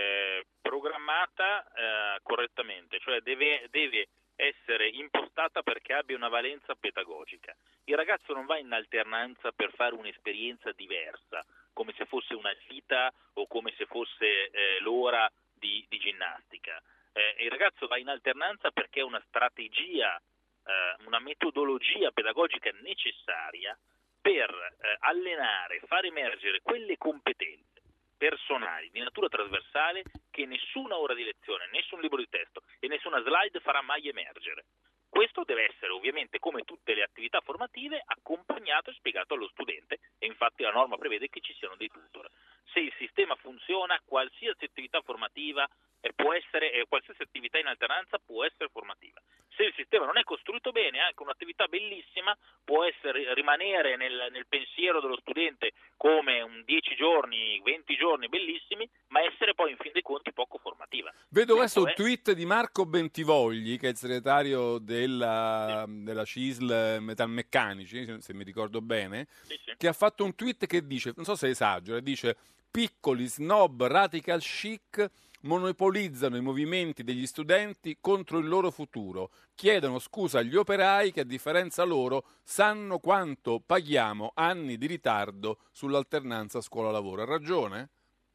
programmata correttamente, cioè deve essere impostata perché abbia una valenza pedagogica. Il ragazzo non va in alternanza per fare un'esperienza diversa, come se fosse una gita o come se fosse l'ora di ginnastica. Il ragazzo va in alternanza perché è una strategia, una metodologia pedagogica necessaria per allenare, far emergere quelle competenze personali di natura trasversale che nessuna ora di lezione, nessun libro di testo e nessuna slide farà mai emergere. Questo deve essere ovviamente, come tutte le attività formative, accompagnato e spiegato allo studente e infatti la norma prevede che ci siano dei tutor. Se il sistema funziona, qualsiasi attività formativa qualsiasi attività in alternanza può essere formativa. Se il sistema non è costruito bene, anche un'attività bellissima può rimanere nel pensiero dello studente come un 10 giorni, 20 giorni bellissimi, ma essere poi in fin dei conti poco formativa. Vedo questo un tweet di Marco Bentivogli, che è il segretario della CISL Metalmeccanici, se mi ricordo bene, sì. Che ha fatto un tweet che dice, non so se esagera, dice: piccoli snob radical chic monopolizzano i movimenti degli studenti contro il loro futuro, chiedono scusa agli operai che a differenza loro sanno quanto paghiamo anni di ritardo sull'alternanza scuola-lavoro. Ha ragione?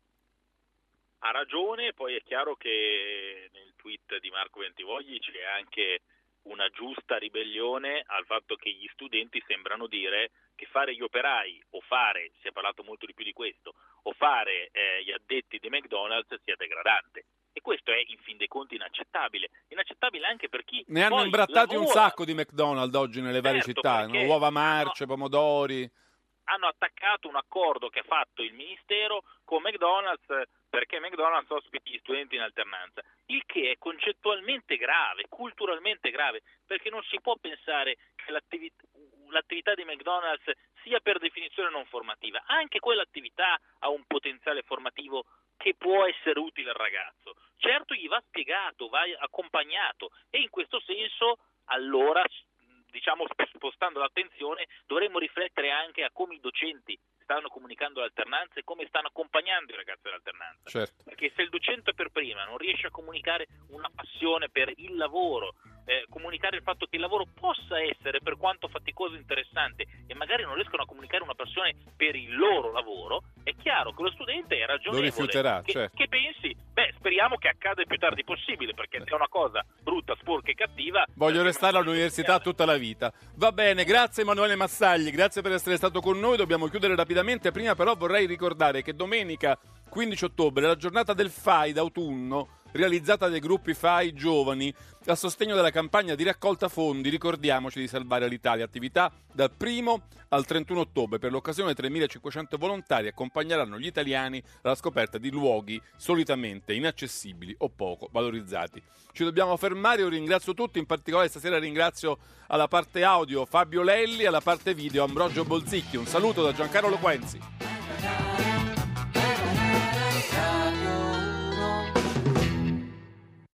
Ha ragione, poi è chiaro che nel tweet di Marco Bentivogli c'è anche una giusta ribellione al fatto che gli studenti sembrano dire che fare gli operai o fare, si è parlato molto di più di questo, o fare gli addetti di McDonald's sia degradante. E questo è in fin dei conti inaccettabile anche per chi ne hanno imbrattati un sacco di McDonald's oggi nelle varie città, no? Uova marce, pomodori. Hanno attaccato un accordo che ha fatto il Ministero con McDonald's perché McDonald's ospiti gli studenti in alternanza, il che è concettualmente grave, culturalmente grave, perché non si può pensare che l'attività di McDonald's sia per definizione non formativa. Anche quell'attività ha un potenziale formativo che può essere utile al ragazzo. Certo, gli va spiegato, va accompagnato e in questo senso allora, diciamo, spostando l'attenzione, dovremmo riflettere anche a come i docenti stanno comunicando l'alternanza e come stanno accompagnando i ragazzi all'alternanza. Certo. Perché se il docente per prima non riesce a comunicare una passione per il lavoro, comunicare il fatto che il lavoro possa essere, per quanto faticoso, interessante, e magari non riescono a comunicare una passione per il loro lavoro, è chiaro che lo studente è ragionevole. Lo rifiuterà, che pensi, speriamo che accada il più tardi possibile, perché se è una cosa brutta, sporca e cattiva... Voglio restare all'università tutta la vita. Va bene, grazie Emanuele Massagli, grazie per essere stato con noi, dobbiamo chiudere rapidamente. Prima però vorrei ricordare che domenica 15 ottobre, la giornata del FAI d'autunno, realizzata dai gruppi FAI Giovani a sostegno della campagna di raccolta fondi Ricordiamoci di salvare l'Italia. Attività dal 1 al 31 ottobre. Per l'occasione 3.500 volontari accompagneranno gli italiani alla scoperta di luoghi solitamente inaccessibili o poco valorizzati. Ci dobbiamo fermare, io ringrazio tutti, in particolare stasera ringrazio alla parte audio Fabio Lelli, alla parte video Ambrogio Bolzicchi. Un saluto da Giancarlo Loquenzi.